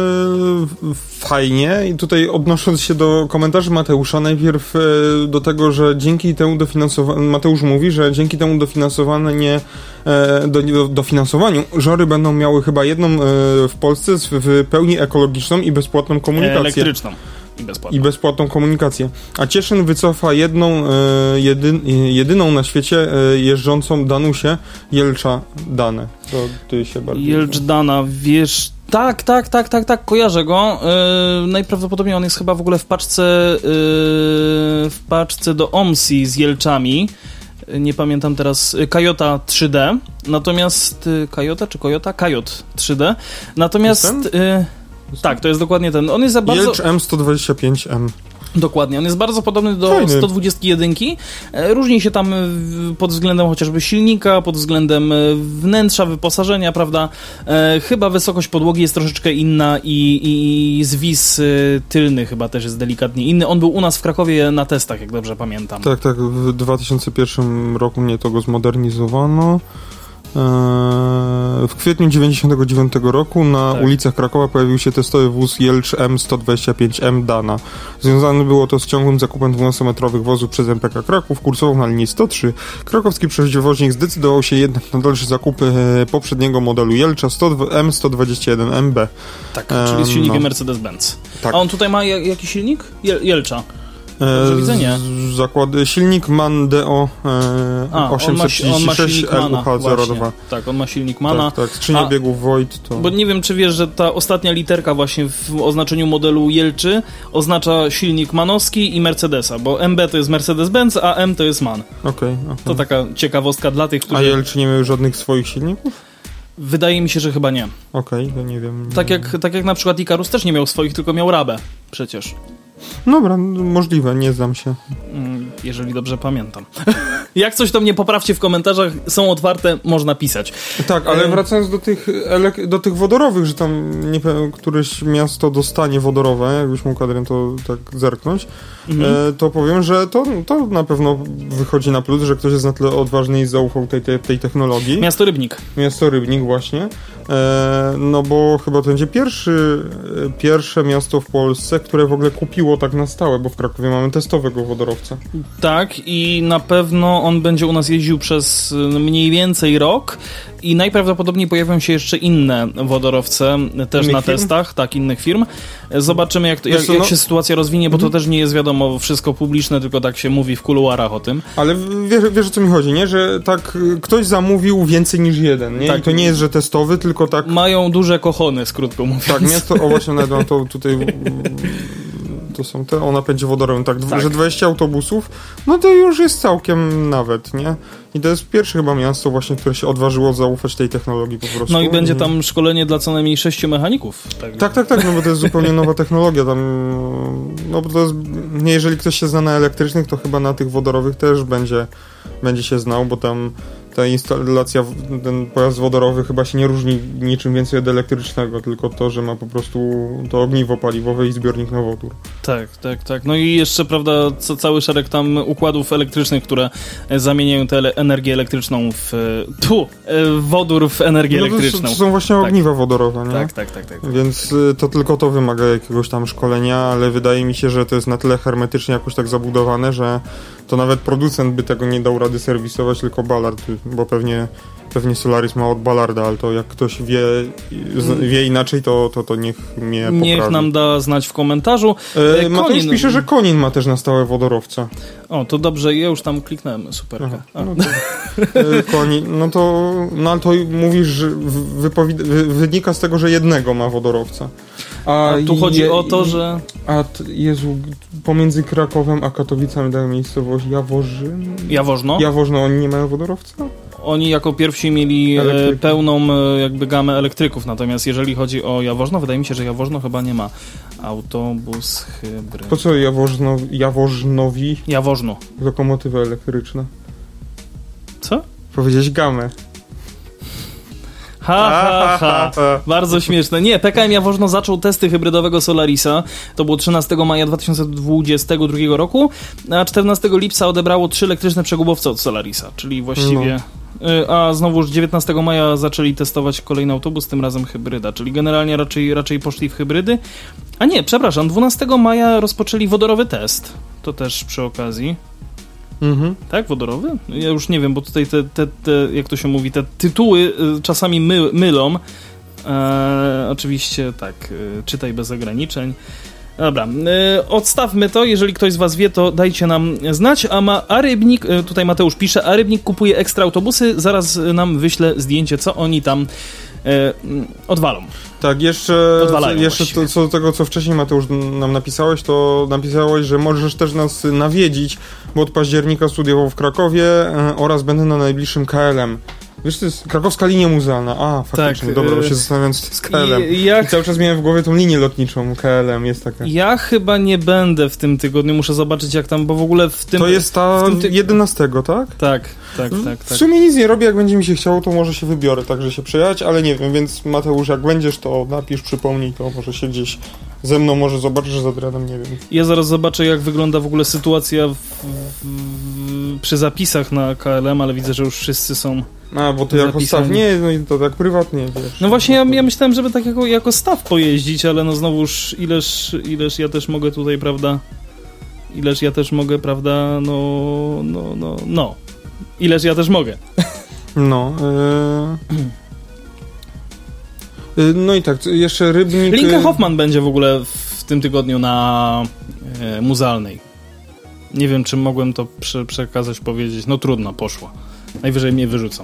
yy, fajnie. I tutaj odnosząc się do komentarzy Mateusza, najpierw yy, do tego, że dzięki temu dofinansowaniu, Mateusz mówi, że dzięki temu dofinansowaniu, yy, do, do, dofinansowaniu Żory będą miały chyba jedną yy, w Polsce w, w pełni ekologiczną i bezpłatną komunikację. Elektryczną. I bezpłatną. I bezpłatną komunikację. A Cieszyn wycofa jedną, e, jedyn, jedyną na świecie e, jeżdżącą Danusię Jelcza Danę. To ty się bardziej... Jelcz Dana, wiesz... Tak, tak, tak, tak, tak, kojarzę go. Yy, najprawdopodobniej on jest chyba w ogóle w paczce yy, w paczce do Omsi z Jelczami. Nie pamiętam teraz, Kajota trzy D. Natomiast... Yy, Kajota czy Kojota? Kajot trzy D. Natomiast... Tak, to jest dokładnie ten. On jest za bardzo... Jelcz M sto dwadzieścia pięć M. Dokładnie, on jest bardzo podobny do Fajny. sto dwadzieścia jeden. Różni się tam pod względem chociażby silnika, pod względem wnętrza, wyposażenia, prawda? E, chyba wysokość podłogi jest troszeczkę inna i, i zwis tylny chyba też jest delikatnie inny. On był u nas w Krakowie na testach, jak dobrze pamiętam. Tak, tak, w dwa tysiące pierwszym roku mnie to go zmodernizowano. W kwietniu dziewięćdziesiątego dziewiątego roku na tak. ulicach Krakowa pojawił się testowy wóz Jelcz M sto dwadzieścia pięć M Dana. Związane było to z ciągłym zakupem dwunastometrowych wozów przez M P K Kraków, kursową na linii sto trzy. Krakowski przewoźnik zdecydował się jednak na dalszy zakup poprzedniego modelu Jelcza M sto dwadzieścia jeden M B. Tak, czyli z silnikiem no. Mercedes-Benz. Tak. A on tutaj ma jak, jaki silnik? Jel- Jelcza. Dobrze widzenie. Zakłady, silnik MAN D O e, osiemset trzydzieści sześć L U H zero dwa. Tak, on ma silnik MANa. Tak, tak. Skrzynia biegów Voigt to... Bo nie wiem, czy wiesz, że ta ostatnia literka właśnie w oznaczeniu modelu Jelczy oznacza silnik manowski i Mercedesa, bo M B to jest Mercedes-Benz, a M to jest MAN. Okej, okay, okay. To taka ciekawostka dla tych, którzy... A Jelczy nie miał żadnych swoich silników? Wydaje mi się, że chyba nie. Okej, okay, to nie wiem. Nie tak, wiem. Jak, tak jak na przykład Ikarus też nie miał swoich, tylko miał Rabę przecież. Dobra, możliwe, nie znam się. jeżeli dobrze pamiętam. Jak coś, to mnie poprawcie w komentarzach, są otwarte, można pisać. Tak, ale wracając do tych, elek- do tych wodorowych, że tam nie wiem, któreś miasto dostanie wodorowe, jakbyś mógł, Adrian, to tak zerknąć, mhm. e, to powiem, że to, to na pewno wychodzi na plus, że ktoś jest na tyle odważny i zaufał tej, tej, tej technologii. Miasto Rybnik. Miasto Rybnik, właśnie. E, no bo chyba to będzie pierwszy, pierwsze miasto w Polsce, które w ogóle kupiło tak na stałe, bo w Krakowie mamy testowego wodorowca. Tak, i na pewno on będzie u nas jeździł przez mniej więcej rok i najprawdopodobniej pojawią się jeszcze inne wodorowce też innych na firm? testach, tak, innych firm. Zobaczymy, jak, to, jak, co, jak no... się sytuacja rozwinie, bo mhm. to też nie jest wiadomo wszystko publiczne, tylko tak się mówi w kuluarach o tym. Ale wiesz, wiesz o co mi chodzi, nie? Że tak ktoś zamówił więcej niż jeden, nie? Tak. I to nie jest, że testowy, tylko tak... Mają duże kochony, krótko mówiąc. Tak, miasto, o właśnie, no, to tutaj... To są te o napędzie wodorowym, tak, tak, że dwadzieścia autobusów, no to już jest całkiem nawet, nie? I to jest pierwsze chyba miasto właśnie, które się odważyło zaufać tej technologii po prostu. No i będzie tam szkolenie dla co najmniej sześciu mechaników. Tak, tak, tak, tak no bo to jest zupełnie nowa technologia tam, no bo to jest, nie, jeżeli ktoś się zna na elektrycznych, to chyba na tych wodorowych też będzie, będzie się znał, bo tam ta instalacja, ten pojazd wodorowy chyba się nie różni niczym więcej od elektrycznego, tylko to, że ma po prostu to ogniwo paliwowe i zbiornik na wodór. Tak, tak, tak. No i jeszcze, prawda, co, cały szereg tam układów elektrycznych, które zamieniają tę ele- energię elektryczną w... Tu! Wodór w energię no elektryczną. To, to są właśnie tak. ogniwa wodorowe, nie? Tak, tak, tak, tak. Więc to tylko to wymaga jakiegoś tam szkolenia, ale wydaje mi się, że to jest na tyle hermetycznie jakoś tak zabudowane, że to nawet producent by tego nie dał rady serwisować, tylko Ballard, bo pewnie, pewnie Solaris ma od Ballarda, ale to jak ktoś wie, wie inaczej, to, to, to niech mnie poprawi. Niech nam da znać w komentarzu. E, Mateusz pisze, że Konin ma też na stałe wodorowca. O, to dobrze, ja już tam kliknąłem, superka. Aha, no to, e, Konin, no to, no ale to mówisz, że wypowi- wy, wynika z tego, że jednego ma wodorowca. A, a tu je, chodzi o to, że... A t, Jezu, pomiędzy Krakowem a Katowicami dają miejscowość Jaworzyn? Jaworzno. Jaworzno, oni nie mają wodorowca? Oni jako pierwsi mieli e, pełną e, jakby gamę elektryków, natomiast jeżeli chodzi o Jaworzno, wydaje mi się, że Jaworzno chyba nie ma. Autobus hybryd. Po co Jaworzno, Jaworznowi? Jaworzno. Lokomotywa elektryczna. Co? Powiedziałeś gamę. Ha, ha, ha. Bardzo śmieszne. Nie, P K M Jaworzno zaczął testy hybrydowego Solarisa. To było trzynastego maja dwa tysiące dwudziestego drugiego roku, a czternastego lipca odebrało trzy elektryczne przegubowce od Solarisa, czyli właściwie... No. A znowuż dziewiętnastego maja zaczęli testować kolejny autobus, tym razem hybryda, czyli generalnie raczej, raczej poszli w hybrydy. A nie, przepraszam, dwunastego maja rozpoczęli wodorowy test. To też przy okazji. Mhm. Tak, wodorowy? Ja już nie wiem, bo tutaj te, te, te jak to się mówi, te tytuły y, czasami my, mylą. E, oczywiście tak, y, czytaj bez ograniczeń. Dobra, y, odstawmy to, jeżeli ktoś z was wie, to dajcie nam znać, a, ma, a Rybnik, y, tutaj Mateusz pisze, a Rybnik kupuje ekstra autobusy, zaraz nam wyślę zdjęcie, co oni tam y, odwalą. Tak, jeszcze, Odwalają jeszcze to, co do tego, co wcześniej, Mateusz, nam napisałeś, to napisałeś, że możesz też nas nawiedzić, bo od października studiował w Krakowie e, oraz będę na najbliższym K L M. Wiesz, to jest krakowska linia muzealna. A, faktycznie, tak, dobra, bo y- się zastanawiam, co to jest K L M. I, jak... I cały czas miałem w głowie tą linię lotniczą, K L M jest taka. Ja chyba nie będę w tym tygodniu, muszę zobaczyć jak tam, bo w ogóle w tym... To jest ta ty... jedenastego, tak? Tak, tak, tak, tak. W sumie nic nie robię, jak będzie mi się chciało, to może się wybiorę, także się przejechać, ale nie wiem, więc Mateusz, jak będziesz, to napisz, przypomnij, to może się gdzieś ze mną może zobaczysz, że z Adrianem, nie wiem. Ja zaraz zobaczę, jak wygląda w ogóle sytuacja w, w, przy zapisach na K L M, ale widzę, że już wszyscy są... A, bo to jako staw nie, no i to tak prywatnie, wiesz. No właśnie, ja, ja myślałem, żeby tak jako, jako staw pojeździć, ale no znowuż ileż, ileż ja też mogę tutaj, prawda, ileż ja też mogę, prawda, no, no, no, no, ileż ja też mogę. No, yy... no i tak, jeszcze Rybnik... Linke Hoffman będzie w ogóle w tym tygodniu na e, muzealnej. Nie wiem, czy mogłem to prze, przekazać, powiedzieć, no trudno, poszło. Najwyżej mnie wyrzucą.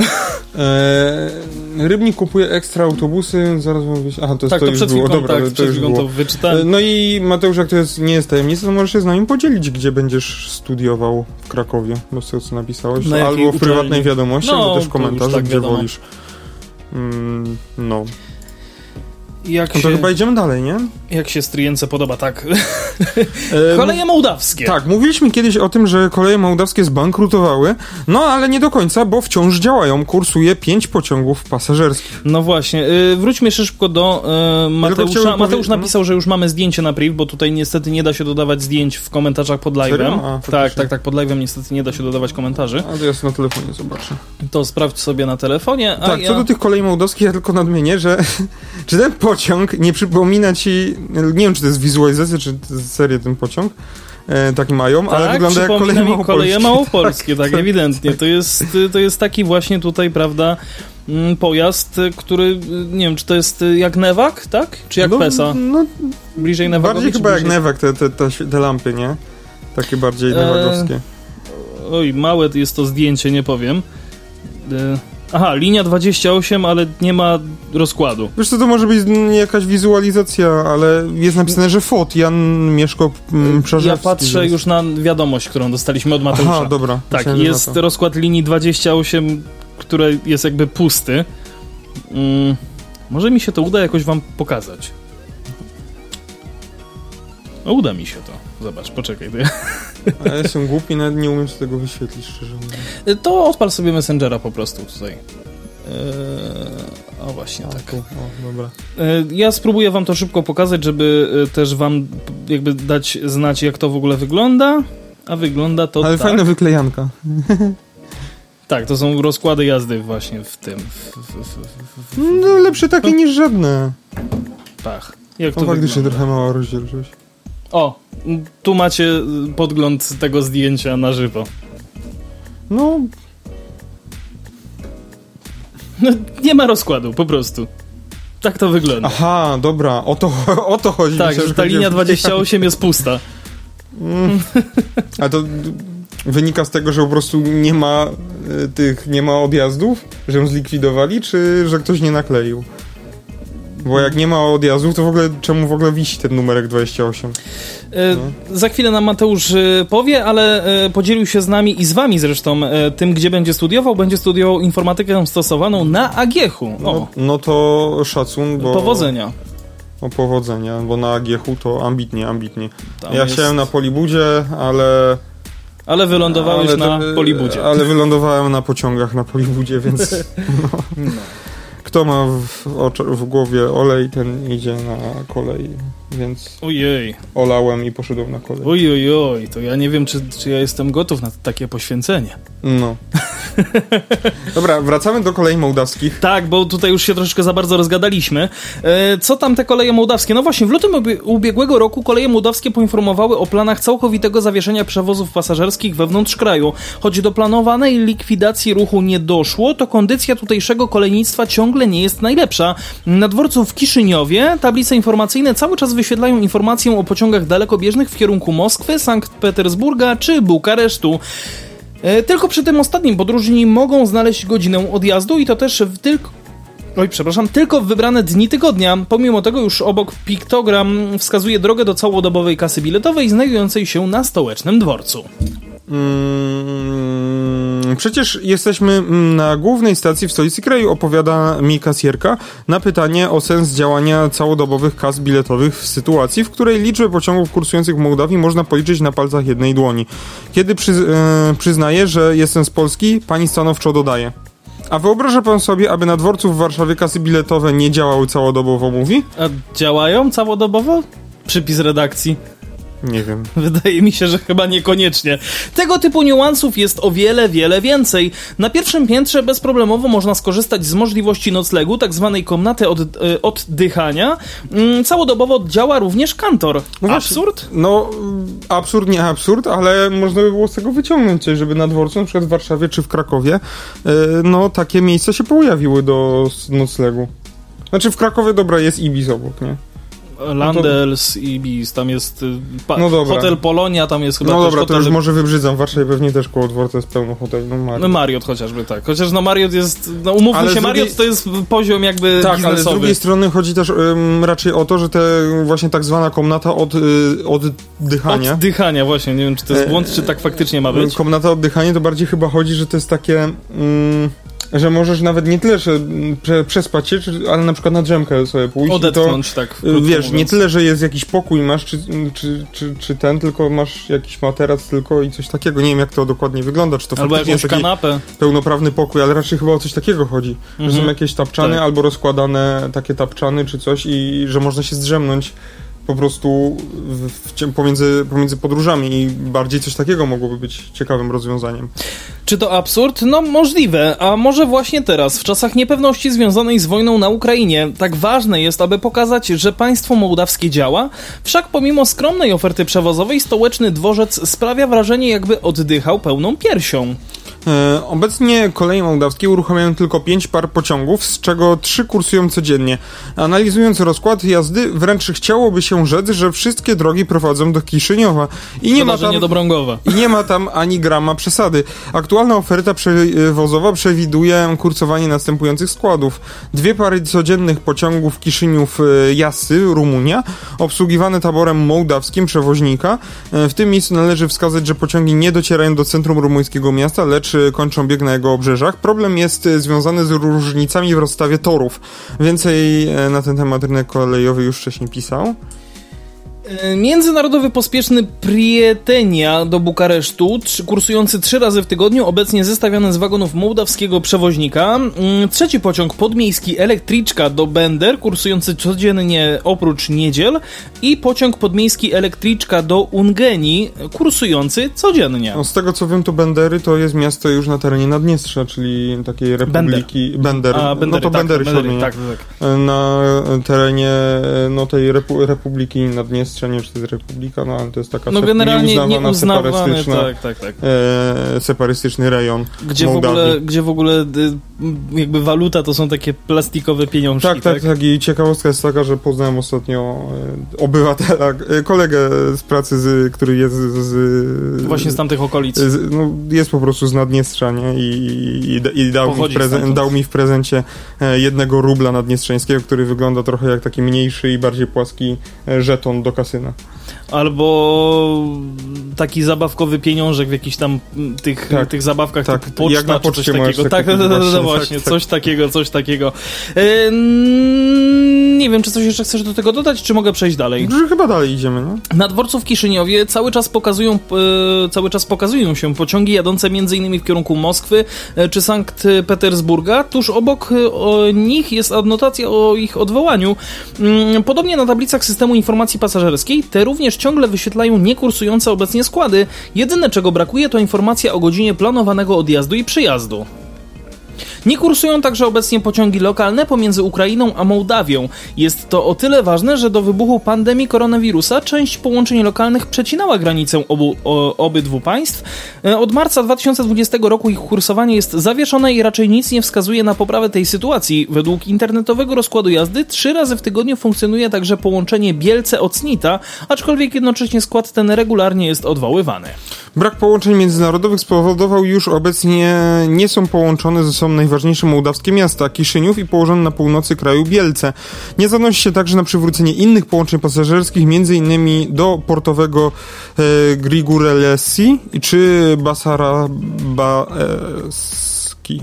Eee, Rybnik kupuje ekstra autobusy, zaraz wam wyjść. Aha, to, tak, to, to już przed było. chwilą, Dobra, tak, to, przed już chwilą było. to wyczytałem. No i Mateusz, jak to jest, nie jest tajemnica, to możesz się z nami podzielić, gdzie będziesz studiował w Krakowie, bo z tego co napisałeś. Na albo w prywatnej uczelni? wiadomości, No, albo też w komentarzach, tak gdzie wiadomo. wolisz. Mm, no. Jak No się... to chyba idziemy dalej, nie? Jak się stryjence podoba, tak. Koleje mołdawskie. Tak, mówiliśmy kiedyś o tym, że koleje mołdawskie zbankrutowały, no ale nie do końca, bo wciąż działają. Kursuje pięć pociągów pasażerskich. No właśnie, yy, wróćmy szybko do yy, Mateusza. Mateusz powie... napisał, że już mamy zdjęcie na priv, bo tutaj niestety nie da się dodawać zdjęć w komentarzach pod live'em. Tak, tak, tak, pod live'em niestety nie da się dodawać komentarzy. A to ja sobie na telefonie zobaczę. To sprawdź sobie na telefonie. A tak, ja... co do tych kolei mołdawskich, ja tylko nadmienię, że czy ten pociąg nie przypomina ci, nie wiem, czy to jest wizualizacja, czy to jest seria ten pociąg, e, taki mają, tak, ale wygląda jak koleje małopolskie. Koleje małopolskie, tak, tak, ewidentnie. To jest, to jest taki właśnie tutaj, prawda, pojazd, który, nie wiem, czy to jest jak Newak, tak? Czy jak no, Pesa? No, bliżej Newagowi? Bardziej chyba bliżej... jak Newak, te, te, te, te lampy, nie? Takie bardziej e... newagowskie. Oj, małe jest to zdjęcie, nie powiem. E... Aha, linia dwadzieścia osiem, ale nie ma rozkładu. Wiesz co, to może być jakaś wizualizacja, ale jest napisane, że fot, Jan Mieszko Przerzewski. Ja patrzę więc... już na wiadomość, którą dostaliśmy od Mateusza. Aha, dobra. Tak, jest rozkład linii dwadzieścia osiem, który jest jakby pusty. Hmm, może mi się to uda jakoś wam pokazać. No uda mi się to. Zobacz, poczekaj. To ja... A ja jestem głupi, nawet nie umiem z tego wyświetlić, szczerze mówiąc. To odpal sobie Messengera po prostu tutaj. Eee, o właśnie, tak. O, o, dobra. Eee, ja spróbuję wam to szybko pokazać, żeby też wam jakby dać znać, jak to w ogóle wygląda. A wygląda to Ale tak. fajna wyklejanka. Tak, to są rozkłady jazdy właśnie w tym. W, w, w, w, w... No lepsze takie no. niż żadne. Tak. Jak no to faktycznie wygląda? Trochę mała rozdzielczość. O, tu macie podgląd tego zdjęcia na żywo. No... no nie ma rozkładu, po prostu. Tak to wygląda. Aha, dobra, o to, o to chodzi. Tak, że ta linia dwadzieścia osiem jest pusta. Mm. A to wynika z tego, że po prostu nie ma y, tych, nie ma odjazdów? Że ją zlikwidowali, czy że ktoś nie nakleił? Bo jak nie ma odjazdów, to w ogóle czemu w ogóle wisi ten numerek dwadzieścia osiem? E, no. Za chwilę nam Mateusz e, powie, ale e, podzielił się z nami i z wami zresztą e, tym, gdzie będzie studiował. Będzie studiował informatykę stosowaną na A G H u. No, no to szacun, bo... Powodzenia. O powodzenia, bo na A G H u to ambitnie, ambitnie. Tam ja jest... chciałem na Polibudzie, ale... Ale wylądowałeś ale to, na Polibudzie. Ale wylądowałem na pociągach na Polibudzie, więc... No. No. Kto ma w, ocz- w głowie olej, ten idzie na kolej, więc ojej. olałem i poszedłem na kolej. Ojej, oj, to ja nie wiem, czy, czy ja jestem gotów na takie poświęcenie. No. Dobra, wracamy do kolei mołdawskich. Tak, bo tutaj już się troszeczkę za bardzo rozgadaliśmy. E, co tam te koleje mołdawskie? No właśnie, w lutym ubie- ubiegłego roku koleje mołdawskie poinformowały o planach całkowitego zawieszenia przewozów pasażerskich wewnątrz kraju. Choć do planowanej likwidacji ruchu nie doszło, to kondycja tutejszego kolejnictwa ciągle nie jest najlepsza. Na dworcu w Kiszyniowie tablice informacyjne cały czas wyświetlają informację o pociągach dalekobieżnych w kierunku Moskwy, Sankt Petersburga czy Bukaresztu. Tylko przy tym ostatnim podróżni mogą znaleźć godzinę odjazdu i to też w tylko... Oj, przepraszam, tylko w wybrane dni tygodnia. Pomimo tego już obok piktogram wskazuje drogę do całodobowej kasy biletowej znajdującej się na stołecznym dworcu. Hmm, przecież jesteśmy na głównej stacji w stolicy kraju, opowiada mi kasjerka na pytanie o sens działania całodobowych kas biletowych w sytuacji, w której liczbę pociągów kursujących w Mołdawii można policzyć na palcach jednej dłoni. Kiedy przy, e, przyznaje, że jestem z Polski, pani stanowczo dodaje: a wyobraża pan sobie, aby na dworcu w Warszawie kasy biletowe nie działały całodobowo, mówi? A działają całodobowo? Przypis redakcji. Nie wiem. Wydaje mi się, że chyba niekoniecznie. Tego typu niuansów jest o wiele, wiele więcej. Na pierwszym piętrze bezproblemowo można skorzystać z możliwości noclegu, tak zwanej komnaty od, y, oddychania. Mm, całodobowo działa również kantor. No absurd? No, absurd, nie absurd, ale można by było z tego wyciągnąć coś, żeby na dworcu, na przykład w Warszawie czy w Krakowie, y, no takie miejsca się pojawiły do noclegu. Znaczy w Krakowie, dobra, jest Ibis obok, nie? Landels, Ibis, tam jest pa- no dobra. Hotel Polonia, tam jest chyba no też dobra, hotel... to już może wybrzydzam. W Warszawie pewnie też koło dworca jest pełno hoteli. No Marriott. No Marriott chociażby, tak. Chociaż no Marriott jest, no umówmy ale się, drugiej... Marriott to jest poziom jakby tak, biznesowy. Ale z drugiej strony chodzi też um, raczej o to, że te właśnie tak zwana komnata od, y, oddychania. Oddychania, właśnie. Nie wiem, czy to jest błąd, e, czy tak faktycznie ma być. Komnata oddychania to bardziej chyba chodzi, że to jest takie... Um, że możesz nawet nie tyle, że prze, przespać się, czy, ale na przykład na drzemkę sobie pójść. Odetchnąć, to, tak. Wiesz, nie tyle, że jest jakiś pokój masz, czy, czy, czy, czy ten, tylko masz jakiś materac tylko i coś takiego. Nie wiem, jak to dokładnie wygląda, czy to albo faktycznie jest taki kanapę. Pełnoprawny pokój, ale raczej chyba o coś takiego chodzi. Mhm. Że są jakieś tapczany, tak. albo rozkładane takie tapczany, czy coś i że można się zdrzemnąć po prostu w, w, pomiędzy, pomiędzy podróżami i bardziej coś takiego mogłoby być ciekawym rozwiązaniem. Czy to absurd? No możliwe, a może właśnie teraz, w czasach niepewności związanej z wojną na Ukrainie, tak ważne jest, aby pokazać, że państwo mołdawskie działa, wszak pomimo skromnej oferty przewozowej stołeczny dworzec sprawia wrażenie, jakby oddychał pełną piersią. E, obecnie koleje mołdawskie uruchamiają tylko pięć par pociągów, z czego trzy kursują codziennie. Analizując rozkład jazdy, wręcz chciałoby się rzec, że wszystkie drogi prowadzą do Kiszyniowa. I nie, ma tam, nie do Brągowa. I nie ma tam ani grama przesady. Aktualna oferta przewozowa przewiduje kursowanie następujących składów. Dwie pary codziennych pociągów Kiszyniów-Jassy, Rumunia, obsługiwane taborem mołdawskim przewoźnika. W tym miejscu należy wskazać, że pociągi nie docierają do centrum rumuńskiego miasta, lecz kończą bieg na jego obrzeżach. Problem jest związany z różnicami w rozstawie torów. Więcej na ten temat rynek kolejowy już wcześniej pisał. Międzynarodowy pospieszny Prietenia do Bukaresztu, kursujący trzy razy w tygodniu, obecnie zestawiony z wagonów mołdawskiego przewoźnika. Trzeci pociąg podmiejski Elektryczka do Bender, kursujący codziennie oprócz niedziel. I pociąg podmiejski Elektryczka do Ungeni, kursujący codziennie. No, z tego co wiem, to Bendery to jest miasto już na terenie Naddniestrza, czyli takiej republiki... Bender. Bender. A, Bendery, no to tak, Bendery, Bendery, tak, tak. Na terenie no, tej repu- republiki Naddniestrza. Nie wiem, czy to jest republika, no ale to jest taka no, sep- generalnie nieuznawana, nieuznawany, separystyczna, tak, tak, tak. E, separystyczny rejon gdzie w, ogóle, gdzie w ogóle jakby waluta to są takie plastikowe pieniążki. Tak, tak, tak, tak. I ciekawostka jest taka, że poznałem ostatnio e, obywatela, e, kolegę z pracy, z, który jest z, z... Właśnie z tamtych okolic. Z, no, jest po prostu z Naddniestrza, nie? I, i, i dał, mi w prezen- dał mi w prezencie e, jednego rubla naddniestrzańskiego, który wygląda trochę jak taki mniejszy i bardziej płaski e, żeton do kasyna. Albo taki zabawkowy pieniążek w jakichś tam tych, tak, tych zabawkach tak, typu poczta, jak na czy coś takiego. Tak, taki, no, no, właśnie, no właśnie, tak, coś tak. takiego, coś takiego. E, nie wiem, czy coś jeszcze chcesz do tego dodać, czy mogę przejść dalej? Że chyba dalej idziemy, no. Na dworcu w Kiszyniowie cały czas pokazują, e, cały czas pokazują się pociągi jadące m.in. w kierunku Moskwy e, czy Sankt Petersburga. Tuż obok e, o nich jest adnotacja o ich odwołaniu. Mm, podobnie na tablicach systemu informacji pasażerskiej te również ciągle wyświetlają niekursujące obecnie składy. Jedyne, czego brakuje, to informacja o godzinie planowanego odjazdu i przyjazdu. Nie kursują także obecnie pociągi lokalne pomiędzy Ukrainą a Mołdawią. Jest to o tyle ważne, że do wybuchu pandemii koronawirusa część połączeń lokalnych przecinała granicę obu, o, obydwu państw. Od marca dwa tysiące dwudziestego roku ich kursowanie jest zawieszone i raczej nic nie wskazuje na poprawę tej sytuacji. Według internetowego rozkładu jazdy trzy razy w tygodniu funkcjonuje także połączenie Bielce-Ocnita, aczkolwiek jednocześnie skład ten regularnie jest odwoływany. Brak połączeń międzynarodowych spowodował już obecnie nie są połączone ze sobą najważniejsze mołdawskie miasta, Kiszyniów i położone na północy kraju Bielce. Nie zanosi się także na przywrócenie innych połączeń pasażerskich, m.in. do portowego e, Grigorelesi czy Basarabaski.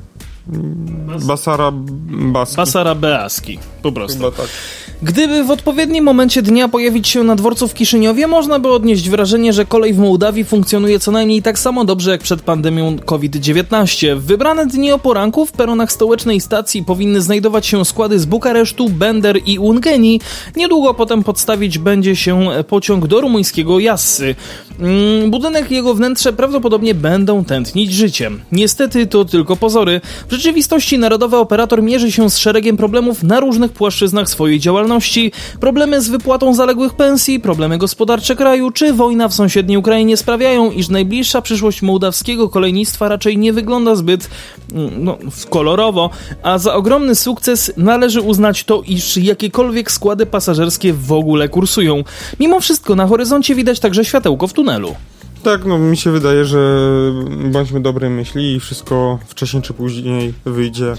Basarabaski. Basarabeaski, po prostu. Chyba tak. Gdyby w odpowiednim momencie dnia pojawić się na dworcu w Kiszyniowie, można by odnieść wrażenie, że kolej w Mołdawii funkcjonuje co najmniej tak samo dobrze jak przed pandemią COVID dziewiętnaście. W wybrane dni o poranku w peronach stołecznej stacji powinny znajdować się składy z Bukaresztu, Bender i Ungeni. Niedługo potem podstawić będzie się pociąg do rumuńskiego Jassy. Budynek i jego wnętrze prawdopodobnie będą tętnić życiem. Niestety to tylko pozory. W rzeczywistości narodowy operator mierzy się z szeregiem problemów na różnych płaszczyznach swojej działalności. Problemy z wypłatą zaległych pensji, problemy gospodarcze kraju czy wojna w sąsiedniej Ukrainie sprawiają, iż najbliższa przyszłość mołdawskiego kolejnictwa raczej nie wygląda zbyt no, kolorowo, a za ogromny sukces należy uznać to, iż jakiekolwiek składy pasażerskie w ogóle kursują. Mimo wszystko na horyzoncie widać także światełko w tunelu. Tak, no mi się wydaje, że bądźmy dobrej myśli i wszystko wcześniej czy później wyjdzie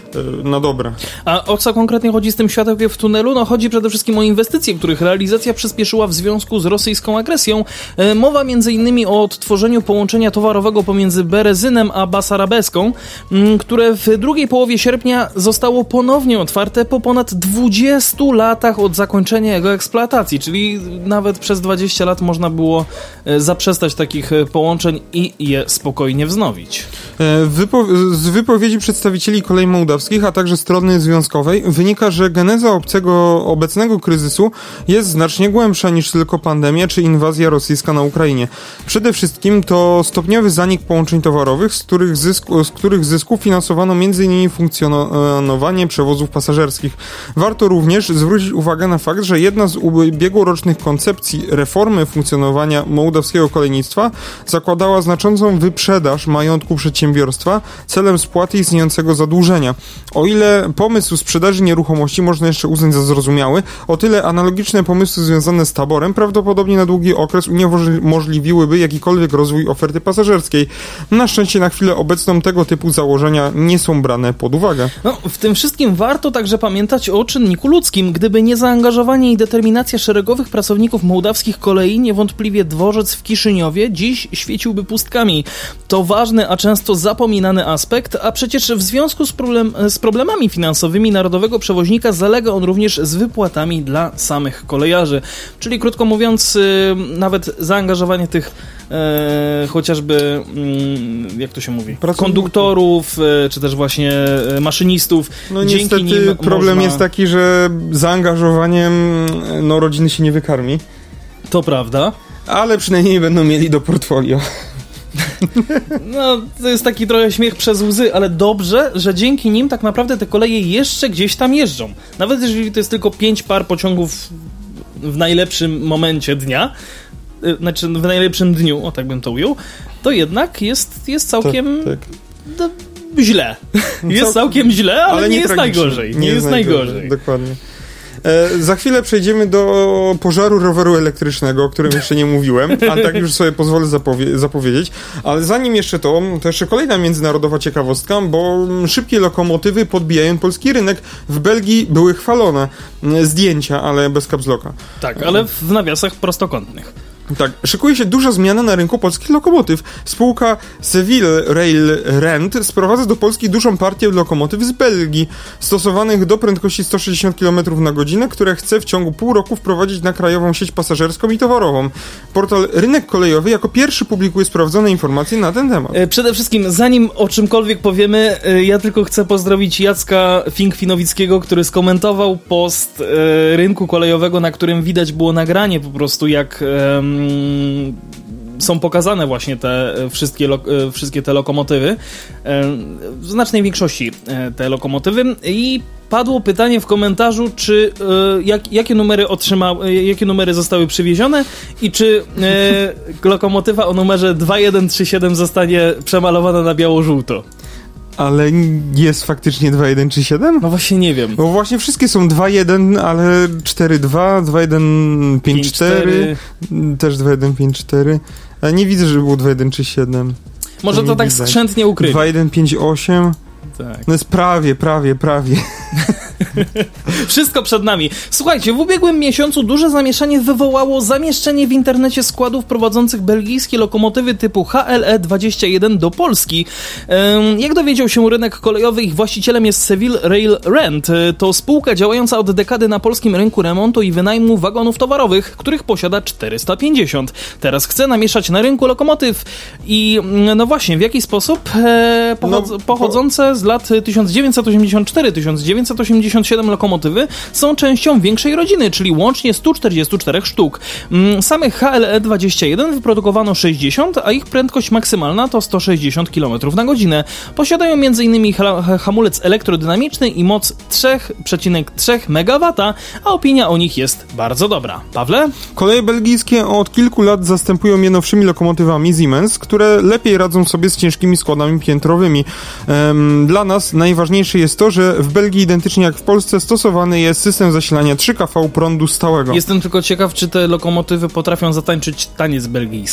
na dobre. A o co konkretnie chodzi z tym światełkiem w tunelu? No chodzi przede wszystkim o inwestycje, których realizacja przyspieszyła w związku z rosyjską agresją. Mowa między innymi o odtworzeniu połączenia towarowego pomiędzy Berezynem a Basarabeską, które w drugiej połowie sierpnia zostało ponownie otwarte po ponad dwudziestu latach od zakończenia jego eksploatacji, czyli nawet przez dwadzieścia lat można było zaprzestać takich połączeń i je spokojnie wznowić. Wypo- z wypowiedzi przedstawicieli kolei mołdawskich, a także strony związkowej wynika, że geneza obcego, obecnego kryzysu jest znacznie głębsza niż tylko pandemia czy inwazja rosyjska na Ukrainie. Przede wszystkim to stopniowy zanik połączeń towarowych, z których, zysku, z których zysków finansowano między innymi funkcjonowanie przewozów pasażerskich. Warto również zwrócić uwagę na fakt, że jedna z ubiegłorocznych koncepcji reformy funkcjonowania mołdawskiego kolejnictwa zakładała znaczącą wyprzedaż majątku przedsiębiorstwa celem spłaty istniejącego zadłużenia. O ile pomysł sprzedaży nieruchomości można jeszcze uznać za zrozumiały, o tyle analogiczne pomysły związane z taborem prawdopodobnie na długi okres uniemożliwiłyby jakikolwiek rozwój oferty pasażerskiej. Na szczęście na chwilę obecną tego typu założenia nie są brane pod uwagę. No, w tym wszystkim warto także pamiętać o czynniku ludzkim. Gdyby nie zaangażowanie i determinacja szeregowych pracowników mołdawskich kolei, niewątpliwie dworzec w Kiszyniowie dziś świeciłby pustkami. To ważny, a często zapominany aspekt, a przecież w związku z, problem, z problemami finansowymi narodowego przewoźnika zalega on również z wypłatami dla samych kolejarzy. Czyli krótko mówiąc, yy, nawet zaangażowanie tych e, chociażby, yy, jak to się mówi, konduktorów, yy, czy też właśnie yy, maszynistów. No Dzięki niestety nim problem można... jest taki, że zaangażowaniem no, rodziny się nie wykarmi. To prawda. Ale przynajmniej będą mieli do portfolio. No, to jest taki trochę śmiech przez łzy, ale dobrze, że dzięki nim tak naprawdę te koleje jeszcze gdzieś tam jeżdżą. Nawet jeżeli to jest tylko pięć par pociągów w najlepszym momencie dnia, znaczy w najlepszym dniu, o tak bym to ujął, to jednak jest, jest całkiem tak, tak. No, źle. Jest całkiem źle, ale, ale nie, nie jest najgorzej. Nie, nie jest najgorzej. najgorzej. Dokładnie. E, za chwilę przejdziemy do pożaru roweru elektrycznego, o którym jeszcze nie mówiłem, a tak już sobie pozwolę zapowie- zapowiedzieć. Ale zanim jeszcze to, to jeszcze kolejna międzynarodowa ciekawostka, bo szybkie lokomotywy podbijają polski rynek. W Belgii były chwalone zdjęcia, ale bez caps locka. Tak, ale w nawiasach prostokątnych. Tak, szykuje się duża zmiana na rynku polskich lokomotyw. Spółka Seville Rail Rent sprowadza do Polski dużą partię lokomotyw z Belgii, stosowanych do prędkości sto sześćdziesiąt kilometrów na godzinę, które chce w ciągu pół roku wprowadzić na krajową sieć pasażerską i towarową. Portal Rynek Kolejowy jako pierwszy publikuje sprawdzone informacje na ten temat. Przede wszystkim, zanim o czymkolwiek powiemy, ja tylko chcę pozdrowić Jacka Fink-Finowickiego, który skomentował post rynku kolejowego, na którym widać było nagranie po prostu, jak są pokazane właśnie te wszystkie, lo, wszystkie te lokomotywy, w znacznej większości te lokomotywy, i padło pytanie w komentarzu, czy jak, jakie numery otrzymały, jakie numery zostały przywiezione i czy e, lokomotywa o numerze dwa jeden trzy siedem zostanie przemalowana na biało-żółto. Ale jest faktycznie dwa jeden trzy siedem? No właśnie nie wiem. Bo właśnie wszystkie są dwa jeden, ale cztery dwa, dwa jeden pięć cztery, też dwa jeden pięć cztery. Ale nie widzę, żeby było dwa jeden trzy siedem. Może to, to tak widać. Skrzętnie ukryć. dwa jeden pięć osiem. Tak. No jest prawie, prawie, prawie. Wszystko przed nami. Słuchajcie, w ubiegłym miesiącu duże zamieszanie wywołało zamieszczenie w internecie składów prowadzących belgijskie lokomotywy typu H L E dwadzieścia jeden do Polski. Jak dowiedział się rynek kolejowy, ich właścicielem jest Seville Rail Rent. To spółka działająca od dekady na polskim rynku remontu i wynajmu wagonów towarowych, których posiada czterysta pięćdziesiąt. Teraz chce namieszać na rynku lokomotyw. I no właśnie, w jaki sposób? Pochod- no, pochodzące z lat tysiąc dziewięćset osiemdziesiąt cztery do tysiąc dziewięćset osiemdziesiąt siedem lokomotywy są częścią większej rodziny, czyli łącznie sto czterdzieści cztery sztuk. Samych H L E dwadzieścia jeden wyprodukowano sześćdziesiąt, a ich prędkość maksymalna to sto sześćdziesiąt kilometrów na godzinę. Posiadają m.in. hamulec elektrodynamiczny i moc trzy przecinek trzy megawata, a opinia o nich jest bardzo dobra. Pawle? Koleje belgijskie od kilku lat zastępują je nowszymi lokomotywami Siemens, które lepiej radzą sobie z ciężkimi składami piętrowymi. Dla nas najważniejsze jest to, że w Belgii, identycznie jak w Polsce, stosowany jest system zasilania trzy K V prądu stałego. Jestem tylko ciekaw, czy te lokomotywy potrafią zatańczyć taniec belgijski.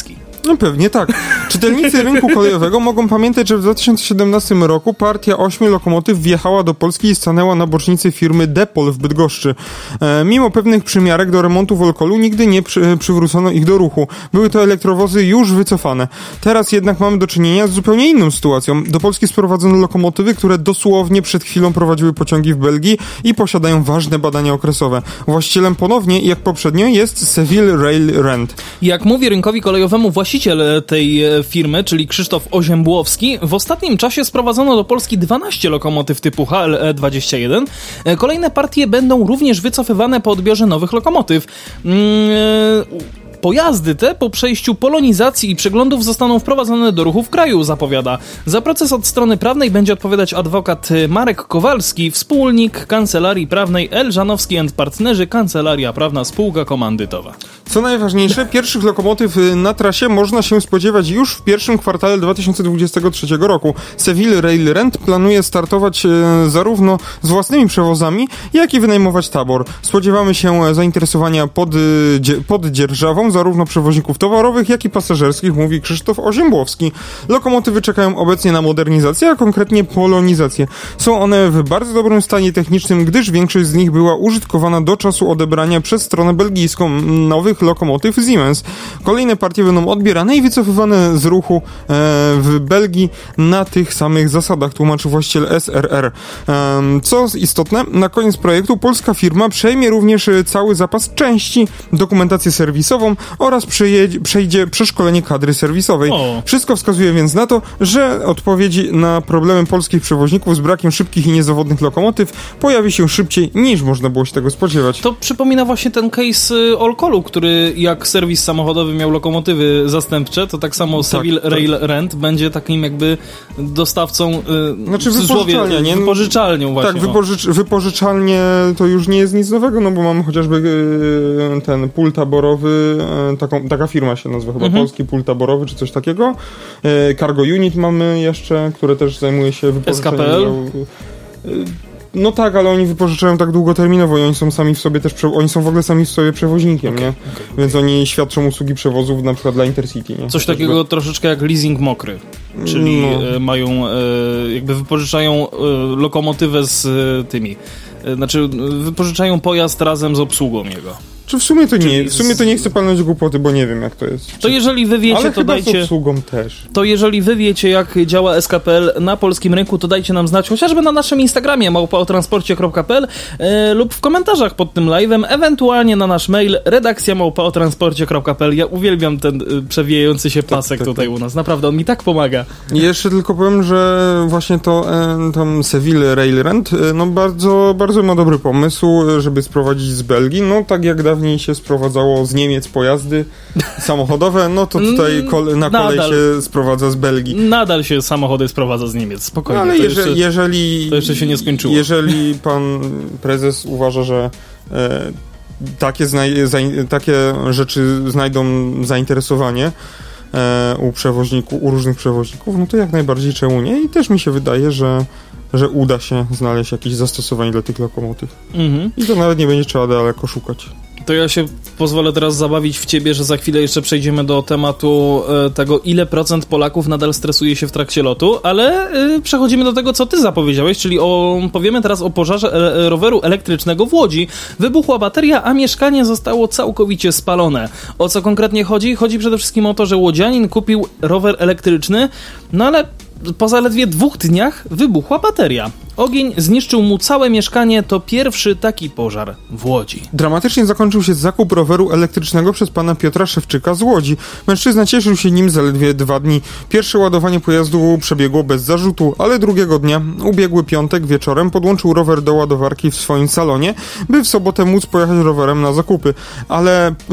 No pewnie tak. Czytelnicy rynku kolejowego mogą pamiętać, że w dwa tysiące siedemnastym roku partia ośmiu lokomotyw wjechała do Polski i stanęła na bocznicy firmy Depol w Bydgoszczy. E, mimo pewnych przymiarek do remontu Wolkolu nigdy nie przy, przywrócono ich do ruchu. Były to elektrowozy już wycofane. Teraz jednak mamy do czynienia z zupełnie inną sytuacją. Do Polski sprowadzono lokomotywy, które dosłownie przed chwilą prowadziły pociągi w Belgii i posiadają ważne badania okresowe. Właścicielem ponownie, jak poprzednio, jest Seville Rail Rent. Jak mówi rynkowi kolejowemu właściciel tej firmy, czyli Krzysztof Oziębłowski, w ostatnim czasie sprowadzono do Polski dwanaście lokomotyw typu H L E dwadzieścia jeden. Kolejne partie będą również wycofywane po odbiorze nowych lokomotyw. Yy... Pojazdy te po przejściu polonizacji i przeglądów zostaną wprowadzone do ruchu w kraju, zapowiada. Za proces od strony prawnej będzie odpowiadać adwokat Marek Kowalski, wspólnik Kancelarii Prawnej Elżanowski and Partnerzy, Kancelaria Prawna Spółka Komandytowa. Co najważniejsze, pierwszych lokomotyw na trasie można się spodziewać już w pierwszym kwartale dwa tysiące dwudziestego trzeciego roku. Seville Rail Rent planuje startować e, zarówno z własnymi przewozami, jak i wynajmować tabor. Spodziewamy się zainteresowania pod, dzie, pod dzierżawą zarówno przewoźników towarowych, jak i pasażerskich, mówi Krzysztof Oziębłowski. Lokomotywy czekają obecnie na modernizację, a konkretnie polonizację. Są one w bardzo dobrym stanie technicznym, gdyż większość z nich była użytkowana do czasu odebrania przez stronę belgijską nowych lokomotyw Siemens. Kolejne partie będą odbierane i wycofywane z ruchu e, w Belgii na tych samych zasadach, tłumaczy właściciel S R R. E, co istotne, na koniec projektu polska firma przejmie również cały zapas części, dokumentację serwisową oraz przejedzie, przejdzie przeszkolenie kadry serwisowej. O. Wszystko wskazuje więc na to, że odpowiedzi na problemy polskich przewoźników z brakiem szybkich i niezawodnych lokomotyw pojawi się szybciej, niż można było się tego spodziewać. To przypomina właśnie ten case Olkolu, który jak serwis samochodowy miał lokomotywy zastępcze, to tak samo tak, Seville tak. Rail Rent będzie takim jakby dostawcą yy, znaczy wypożyczalnia, nie? Wypożyczalnią właśnie. Tak, wypożycz, wypożyczalnie to już nie jest nic nowego, no bo mamy chociażby yy, ten pól taborowy, yy, taką, taka firma się nazywa chyba, mhm. Polski Pól Taborowy, czy coś takiego. Yy, Cargo Unit mamy jeszcze, które też zajmuje się wypożyczeniem. S K P L? Yy, No tak, ale oni wypożyczają tak długoterminowo i oni są sami w sobie też, prze... oni są w ogóle sami w sobie przewoźnikiem, okay, nie? Okay. Więc oni świadczą usługi przewozów na przykład dla Intercity, nie? Coś takiego jakby... troszeczkę jak leasing mokry, czyli no. mają, jakby wypożyczają lokomotywę z tymi, znaczy wypożyczają pojazd razem z obsługą jego. Czy w sumie to nie, w sumie to nie chcę palnąć głupoty, bo nie wiem jak to jest. To jeżeli wy wiecie, ale to dajcie... z obsługą też. To jeżeli wy wiecie, jak działa S K P L na polskim rynku, to dajcie nam znać, chociażby na naszym Instagramie małpa o transporcie kropka p l e, lub w komentarzach pod tym live'em, ewentualnie na nasz mail redakcja małpa o transporcie kropka p l. Ja uwielbiam ten y, przewijający się pasek tak, tak, tutaj tak. u nas. Naprawdę, on mi tak pomaga. I jeszcze tylko powiem, że właśnie to e, tam Seville Rail Rent, e, no bardzo, bardzo ma dobry pomysł, żeby sprowadzić z Belgii, no tak jak dawniej się sprowadzało z Niemiec pojazdy samochodowe, no to tutaj kol- na kolej nadal, się sprowadza z Belgii. Nadal się samochody sprowadza z Niemiec, spokojnie. No, ale to jeże- jeszcze, jeżeli... To jeszcze się nie skończyło. Jeżeli pan prezes uważa, że e, takie, zna- za- takie rzeczy znajdą zainteresowanie e, u przewoźników, u różnych przewoźników, no to jak najbardziej czemu nie? I też mi się wydaje, że że uda się znaleźć jakieś zastosowanie dla tych lokomotyw. Mhm. I to nawet nie będzie trzeba daleko szukać. To ja się pozwolę teraz zabawić w ciebie, że za chwilę jeszcze przejdziemy do tematu e, tego, ile procent Polaków nadal stresuje się w trakcie lotu, ale e, przechodzimy do tego, co ty zapowiedziałeś, czyli o, powiemy teraz o pożarze e, roweru elektrycznego w Łodzi. Wybuchła bateria, a mieszkanie zostało całkowicie spalone. O co konkretnie chodzi? Chodzi przede wszystkim o to, że łodzianin kupił rower elektryczny, no ale po zaledwie dwóch dniach wybuchła bateria. Ogień zniszczył mu całe mieszkanie, to pierwszy taki pożar w Łodzi. Dramatycznie zakończył się zakup roweru elektrycznego przez pana Piotra Szewczyka z Łodzi. Mężczyzna cieszył się nim zaledwie dwa dni. Pierwsze ładowanie pojazdu przebiegło bez zarzutu, ale drugiego dnia, ubiegły piątek wieczorem, podłączył rower do ładowarki w swoim salonie, by w sobotę móc pojechać rowerem na zakupy. Ale, e,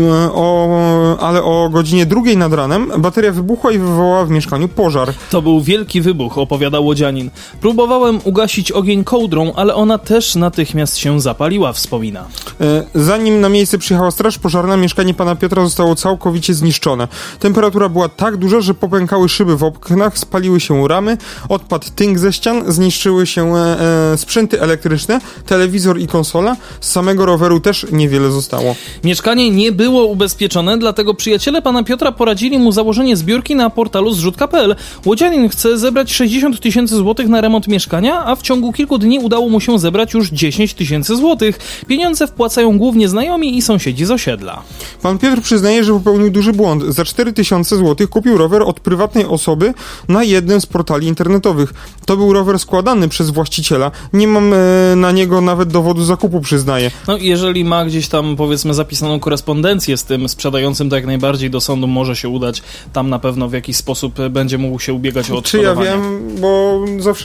o, ale o godzinie drugiej nad ranem bateria wybuchła i wywołała w mieszkaniu pożar. To był wielki wybuch, opowiada łodzianin. Próbowałem ugasić zagasić ogień kołdrą, ale ona też natychmiast się zapaliła, wspomina. Zanim na miejsce przyjechała straż pożarna, mieszkanie pana Piotra zostało całkowicie zniszczone. Temperatura była tak duża, że popękały szyby w oknach, spaliły się ramy, odpadł tynk ze ścian, zniszczyły się e, sprzęty elektryczne, telewizor i konsola. Z samego roweru też niewiele zostało. Mieszkanie nie było ubezpieczone, dlatego przyjaciele pana Piotra poradzili mu założenie zbiórki na portalu zrzut kropka p l. Łodzianin chce zebrać sześćdziesiąt tysięcy złotych na remont mieszkania, a w ciągu kilku dni udało mu się zebrać już dziesięć tysięcy złotych. Pieniądze wpłacają głównie znajomi i sąsiedzi z osiedla. Pan Piotr przyznaje, że popełnił duży błąd. Za cztery tysiące złotych kupił rower od prywatnej osoby na jednym z portali internetowych. To był rower składany przez właściciela. Nie mam e, na niego nawet dowodu zakupu, przyznaje. No jeżeli ma gdzieś tam, powiedzmy, zapisaną korespondencję z tym sprzedającym, to jak najbardziej do sądu może się udać. Tam na pewno w jakiś sposób będzie mógł się ubiegać o odszkodowanie. Czy ja wiem, bo zawsze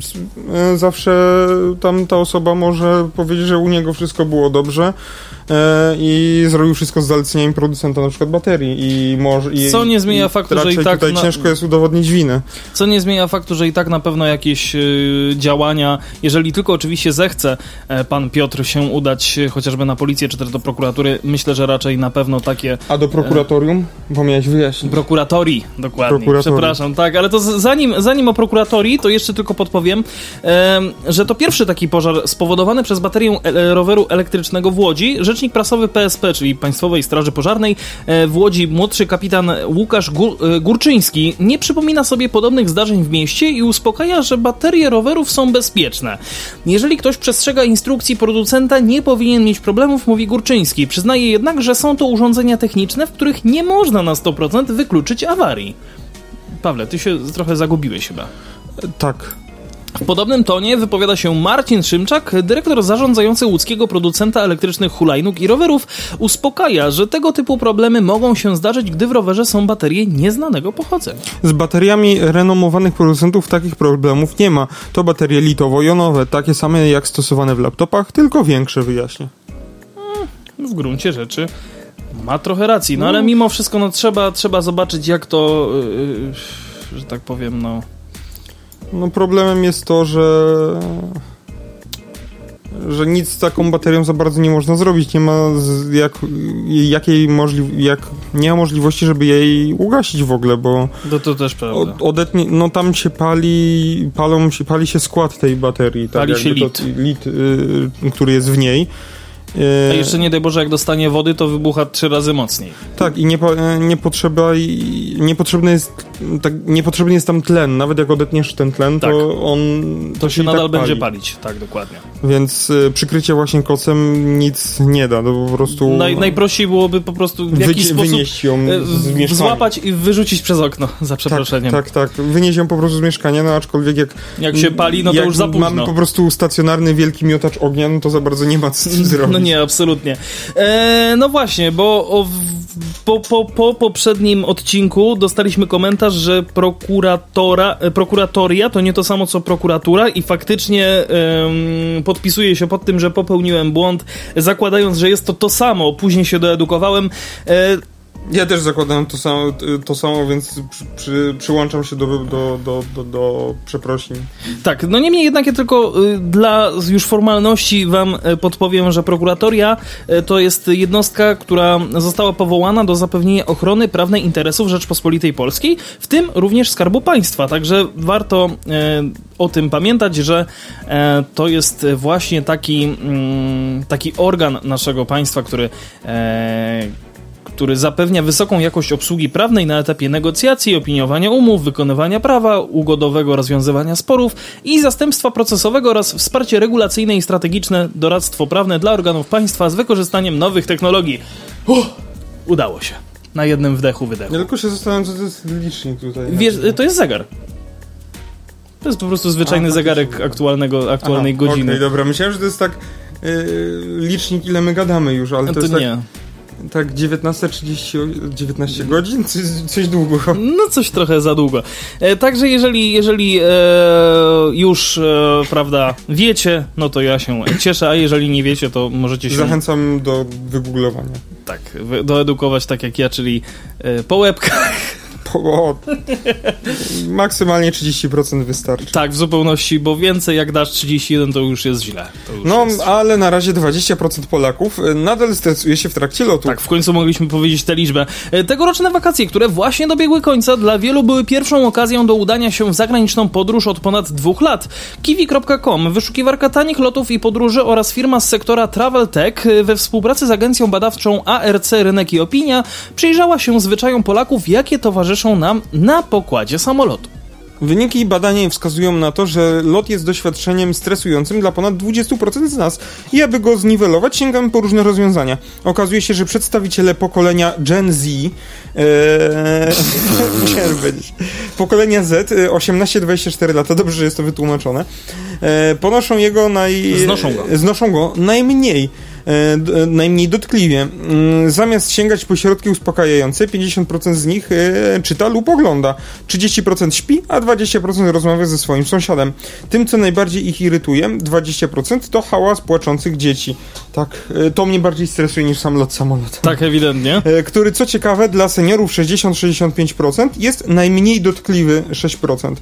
e, zawsze tam ta osoba może powiedzieć, że u niego wszystko było dobrze e, i zrobił wszystko z zaleceniami producenta, na przykład baterii. I może, i, Co nie zmienia faktu, że i tak... tutaj na... ciężko jest udowodnić winę. Co nie zmienia faktu, że i tak na pewno jakieś y, działania, jeżeli tylko oczywiście zechce e, pan Piotr się udać chociażby na policję, czy też do prokuratury, myślę, że raczej na pewno takie... A do prokuratorium? E, bo miałeś wyjaśnić. Prokuratorii, dokładnie. Prokuratorii. Przepraszam, tak, ale to z, zanim, zanim o prokuratorii, to jeszcze tylko podpowiem, e, że to pierwszy taki pożar spowodowany przez baterię e, roweru elektrycznego w Łodzi. Rzecznik prasowy P S P, czyli Państwowej Straży Pożarnej e, w Łodzi, młodszy kapitan Łukasz Gór, e, Górczyński, nie przypomina sobie podobnych zdarzeń w mieście i uspokaja, że baterie rowerów są bezpieczne. Jeżeli ktoś przestrzega instrukcji producenta, nie powinien mieć problemów, mówi Górczyński. Przyznaje jednak, że są to urządzenia techniczne, w których nie można na sto procent wykluczyć awarii. Pawle, ty się trochę zagubiłeś chyba. Tak. W podobnym tonie wypowiada się Marcin Szymczak, dyrektor zarządzający łódzkiego producenta elektrycznych hulajnóg i rowerów. Uspokaja, że tego typu problemy mogą się zdarzyć, gdy w rowerze są baterie nieznanego pochodzenia. Z bateriami renomowanych producentów takich problemów nie ma. To baterie litowo-jonowe, takie same jak stosowane w laptopach, tylko większe, wyjaśnię. Hmm, w gruncie rzeczy ma trochę racji, no ale mimo wszystko no, trzeba, trzeba zobaczyć, jak to, yy, że tak powiem, no... No problemem jest to, że że nic z taką baterią za bardzo nie można zrobić. Nie ma z, jak, jakiej możli- jak, nie ma możliwości, żeby jej ugasić w ogóle, bo to, to też prawda. Od, odetnie, no tam się pali, palą się, pali się skład tej baterii. Tak, pali się lit. To, lit y, który jest w niej. A jeszcze nie daj Boże, jak dostanie wody, to wybucha trzy razy mocniej. Tak, i nie, nie potrzeba, niepotrzebny jest, tak, niepotrzebny jest tam tlen. Nawet jak odetniesz ten tlen, tak. to on to, to się się nadal tak będzie pali. palić. Tak, dokładnie. Więc y, przykrycie właśnie kocem nic nie da. To po prostu... Naj, najprościej byłoby po prostu w jakiś Wy, sposób wynieść ją z mieszkania. Złapać i wyrzucić przez okno, za przeproszeniem. Tak, tak, tak. Wynieść ją po prostu z mieszkania, no aczkolwiek jak... Jak się pali, no to już za późno. Mamy po prostu stacjonarny wielki miotacz ognia, no to za bardzo nie ma co z tym zrobić. No nie, absolutnie. E, no właśnie, bo o, po, po, po poprzednim odcinku dostaliśmy komentarz, że prokuratora, prokuratoria to nie to samo co prokuratura i faktycznie e, podpisuję się pod tym, że popełniłem błąd, zakładając, że jest to to samo. Później się doedukowałem. E, Ja też zakładałem to samo, to samo więc przy, przy, przyłączam się do, do, do, do, do przeprosin. Tak, no niemniej jednak ja tylko y, dla już formalności wam y, podpowiem, że prokuratoria y, to jest jednostka, która została powołana do zapewnienia ochrony prawnej interesów Rzeczpospolitej Polskiej, w tym również Skarbu Państwa, także warto y, o tym pamiętać, że y, to jest właśnie taki, y, taki organ naszego państwa, który y, który zapewnia wysoką jakość obsługi prawnej na etapie negocjacji, opiniowania umów, wykonywania prawa, ugodowego rozwiązywania sporów i zastępstwa procesowego oraz wsparcie regulacyjne i strategiczne doradztwo prawne dla organów państwa z wykorzystaniem nowych technologii. Uff, udało się. Na jednym wdechu, wydechu. Ja tylko się zastanawiam, co to jest licznik tutaj. Wiesz, to jest zegar. To jest po prostu zwyczajny A, zegarek aktualnego, aktualnej Aha, godziny. Okej, okay, dobra. Myślałem, że to jest tak yy, licznik, ile my gadamy już, ale to, to jest nie. tak... Tak, dziewiętnaście trzydzieści, dziewiętnaście godzin? Coś, coś długo. No coś trochę za długo. E, także jeżeli, jeżeli e, już, e, prawda, wiecie, no to ja się cieszę, a jeżeli nie wiecie, to możecie się... Zachęcam do wygooglowania. Tak, doedukować tak jak ja, czyli e, po łebkach. O, maksymalnie trzydzieści procent wystarczy. Tak, w zupełności, bo więcej jak dasz trzydzieści jeden, to już jest źle. To już no, jest... ale na razie dwadzieścia procent Polaków nadal stresuje się w trakcie lotu. Tak, w końcu mogliśmy powiedzieć tę liczbę. Tegoroczne wakacje, które właśnie dobiegły końca, dla wielu były pierwszą okazją do udania się w zagraniczną podróż od ponad dwóch lat. Kiwi kropka com, wyszukiwarka tanich lotów i podróży oraz firma z sektora Travel Tech we współpracy z agencją badawczą A R C Rynek i Opinia przyjrzała się zwyczajom Polaków, jakie towarzyszą nam na pokładzie samolotu. Wyniki badania wskazują na to, że lot jest doświadczeniem stresującym dla ponad dwadzieścia procent z nas i aby go zniwelować, sięgamy po różne rozwiązania. Okazuje się, że przedstawiciele pokolenia Gen Z ee, pokolenia Z, osiemnaście dwadzieścia cztery lata, dobrze, że jest to wytłumaczone, e, ponoszą jego naj... Znoszą go. Znoszą go najmniej. E, najmniej dotkliwie. E, zamiast sięgać po środki uspokajające, pięćdziesiąt procent z nich e, czyta lub ogląda. trzydzieści procent śpi, a dwadzieścia procent rozmawia ze swoim sąsiadem. Tym, co najbardziej ich irytuje, dwadzieścia procent to hałas płaczących dzieci. Tak, e, to mnie bardziej stresuje niż sam lot samolotem. Tak, ewidentnie. E, który, co ciekawe, dla seniorów sześćdziesiąt do sześćdziesięciu pięciu procent jest najmniej dotkliwy, sześć procent.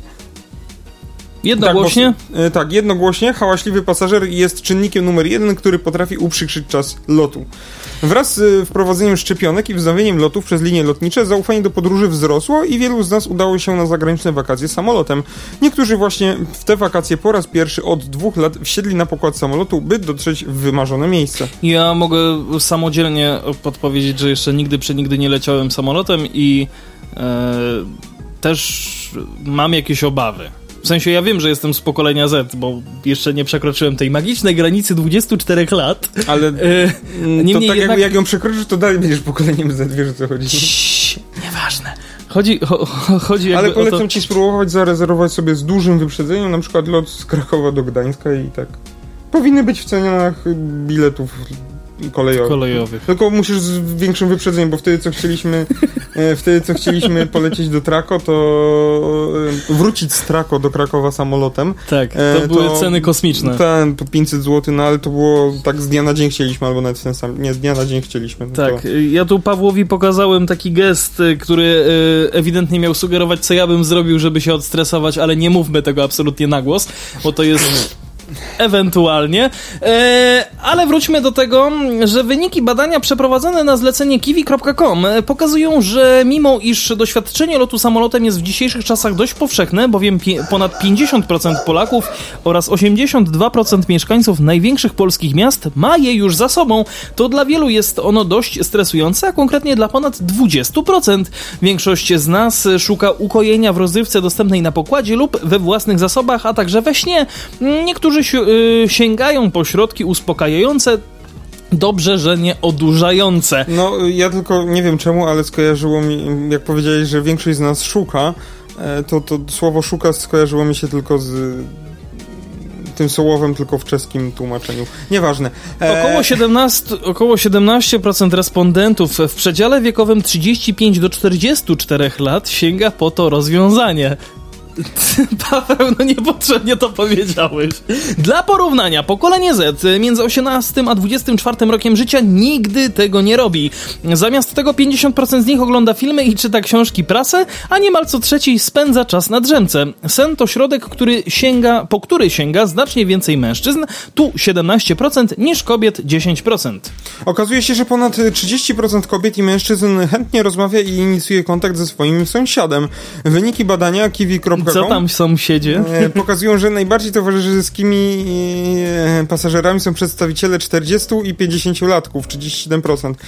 Jednogłośnie? Tak, bo, tak, jednogłośnie hałaśliwy pasażer jest czynnikiem numer jeden, który potrafi uprzykrzyć czas lotu. Wraz z wprowadzeniem szczepionek i wznowieniem lotów przez linie lotnicze zaufanie do podróży wzrosło i wielu z nas udało się na zagraniczne wakacje samolotem. Niektórzy właśnie w te wakacje po raz pierwszy od dwóch lat wsiedli na pokład samolotu, by dotrzeć w wymarzone miejsce. Ja mogę samodzielnie podpowiedzieć, że jeszcze nigdy przenigdy nie leciałem samolotem i e, też mam jakieś obawy. W sensie ja wiem, że jestem z pokolenia Z, bo jeszcze nie przekroczyłem tej magicznej granicy dwudziestu czterech lat. Ale e, to tak jednak... jak, jak ją przekroczysz, to dalej będziesz pokoleniem Z, wiesz o co chodzi. Ciii, nieważne. Chodzi, cho, chodzi jakby Ale polecam o to... ci spróbować zarezerwować sobie z dużym wyprzedzeniem, na przykład lot z Krakowa do Gdańska i tak. Powinny być w cenach biletów kolejowych. kolejowych. Tylko musisz z większym wyprzedzeniem, bo wtedy co chcieliśmy e, wtedy co chcieliśmy polecieć do Trako, to e, wrócić z Trako do Krakowa samolotem. Tak, to e, były to, ceny kosmiczne. Ten, po pięćset złotych, no ale to było tak z dnia na dzień chcieliśmy, albo nawet ten sam, nie, z dnia na dzień chcieliśmy. No tak, to... ja tu Pawłowi pokazałem taki gest, który e, ewidentnie miał sugerować, co ja bym zrobił, żeby się odstresować, ale nie mówmy tego absolutnie na głos, bo to jest... Ewentualnie. E, ale wróćmy do tego, że wyniki badania przeprowadzone na zlecenie kiwi kropka com pokazują, że mimo iż doświadczenie lotu samolotem jest w dzisiejszych czasach dość powszechne, bowiem pi- ponad pięćdziesiąt procent Polaków oraz osiemdziesiąt dwa procent mieszkańców największych polskich miast ma je już za sobą, to dla wielu jest ono dość stresujące, a konkretnie dla ponad dwadzieścia procent. Większość z nas szuka ukojenia w rozrywce dostępnej na pokładzie lub we własnych zasobach, a także we śnie. Niektórzy sięgają po środki uspokajające, dobrze, że nie odurzające. No, ja tylko nie wiem czemu, ale skojarzyło mi, jak powiedziałeś, że większość z nas szuka, to, to słowo szuka skojarzyło mi się tylko z tym słowem, tylko w czeskim tłumaczeniu. Nieważne. E... Około, siedemnaście, około siedemnaście procent respondentów w przedziale wiekowym trzydzieści pięć do czterdziestu czterech lat sięga po to rozwiązanie. Paweł, no niepotrzebnie to powiedziałeś. Dla porównania, pokolenie Z między osiemnastym a dwudziestym czwartym rokiem życia nigdy tego nie robi. Zamiast tego pięćdziesiąt procent z nich ogląda filmy i czyta książki, prasę, a niemal co trzeci spędza czas na drzemce. Sen to środek, który sięga, po który sięga znacznie więcej mężczyzn, tu siedemnaście procent niż kobiet dziesięć procent. Okazuje się, że ponad trzydzieści procent kobiet i mężczyzn chętnie rozmawia i inicjuje kontakt ze swoim sąsiadem. Wyniki badania kiwi kropka com Co tam sąsiedzie? pokazują, że najbardziej towarzyskimi pasażerami są przedstawiciele czterdziestu i pięćdziesięciolatków, trzydzieści siedem procent.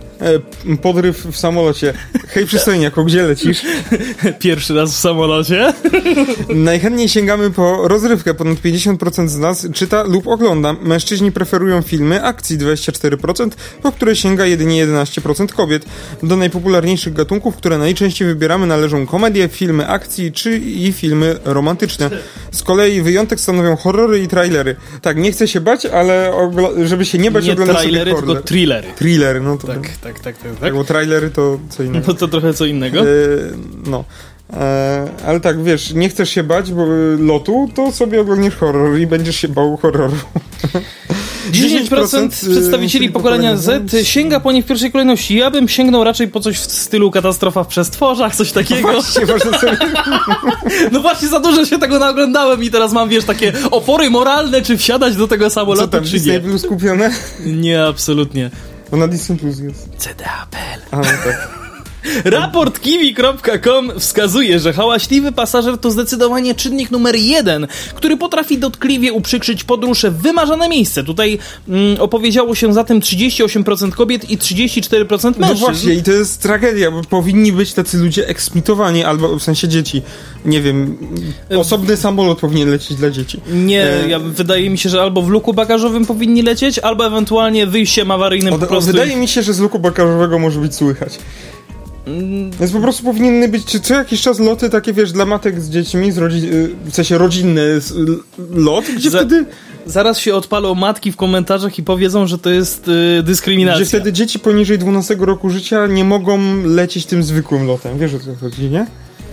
Podryw w samolocie. Hej przystojniaku, gdzie lecisz? Pierwszy raz w samolocie? Najchętniej sięgamy po rozrywkę. Ponad pięćdziesiąt procent z nas czyta lub ogląda. Mężczyźni preferują filmy akcji dwadzieścia cztery procent, po które sięga jedynie jedenaście procent kobiet. Do najpopularniejszych gatunków, które najczęściej wybieramy, należą komedie, filmy akcji czy i filmy romantyczne. Z kolei wyjątek stanowią horrory i trailery. Tak, nie chcę się bać, ale ogla- żeby się nie bać, nie oglądać trailery, sobie tylko thrillery. Thrillery, no to tak, tak, tak, tak, tak. tak, bo trailery to co innego. No to trochę co innego. E, no. E, ale tak, wiesz, nie chcesz się bać bo lotu, to sobie oglądniesz horror i będziesz się bał horroru. dziesięć procent przedstawicieli pokolenia Z sięga po nie w pierwszej kolejności. Ja bym sięgnął raczej po coś w stylu katastrofa w przestworzach, coś takiego. No właśnie, można sobie... no właśnie, za dużo się tego naoglądałem i teraz mam, wiesz, takie opory moralne, czy wsiadać do tego samolotu, Co tam, czy Disney nie. Plus kupione? Nie, absolutnie. Bo na Disney Plus jest. C D A kropka P L. A, no tak. Raport kiwi kropka com wskazuje, że hałaśliwy pasażer to zdecydowanie czynnik numer jeden, który potrafi dotkliwie uprzykrzyć podróż w wymarzone miejsce. Tutaj mm, opowiedziało się za tym trzydzieści osiem procent kobiet i trzydzieści cztery procent mężczyzn. No właśnie, i to jest tragedia, bo powinni być tacy ludzie eksmitowani, albo w sensie dzieci. Nie wiem, osobny samolot powinien lecieć dla dzieci. Nie, e... ja, wydaje mi się, że albo w luku bagażowym powinni lecieć, albo ewentualnie wyjściem awaryjnym Od, po prostu. Wydaje mi się, że z luku bagażowego może być słychać. Więc po prostu powinny być czy co jakiś czas loty takie, wiesz, dla matek z dziećmi, z rodzi- w sensie rodzinny lot, gdzie Za, wtedy... Zaraz się odpalą matki w komentarzach i powiedzą, że to jest y, dyskryminacja. Gdzie wtedy dzieci poniżej dwunastego roku życia nie mogą lecieć tym zwykłym lotem. Wiesz, o co chodzi, nie?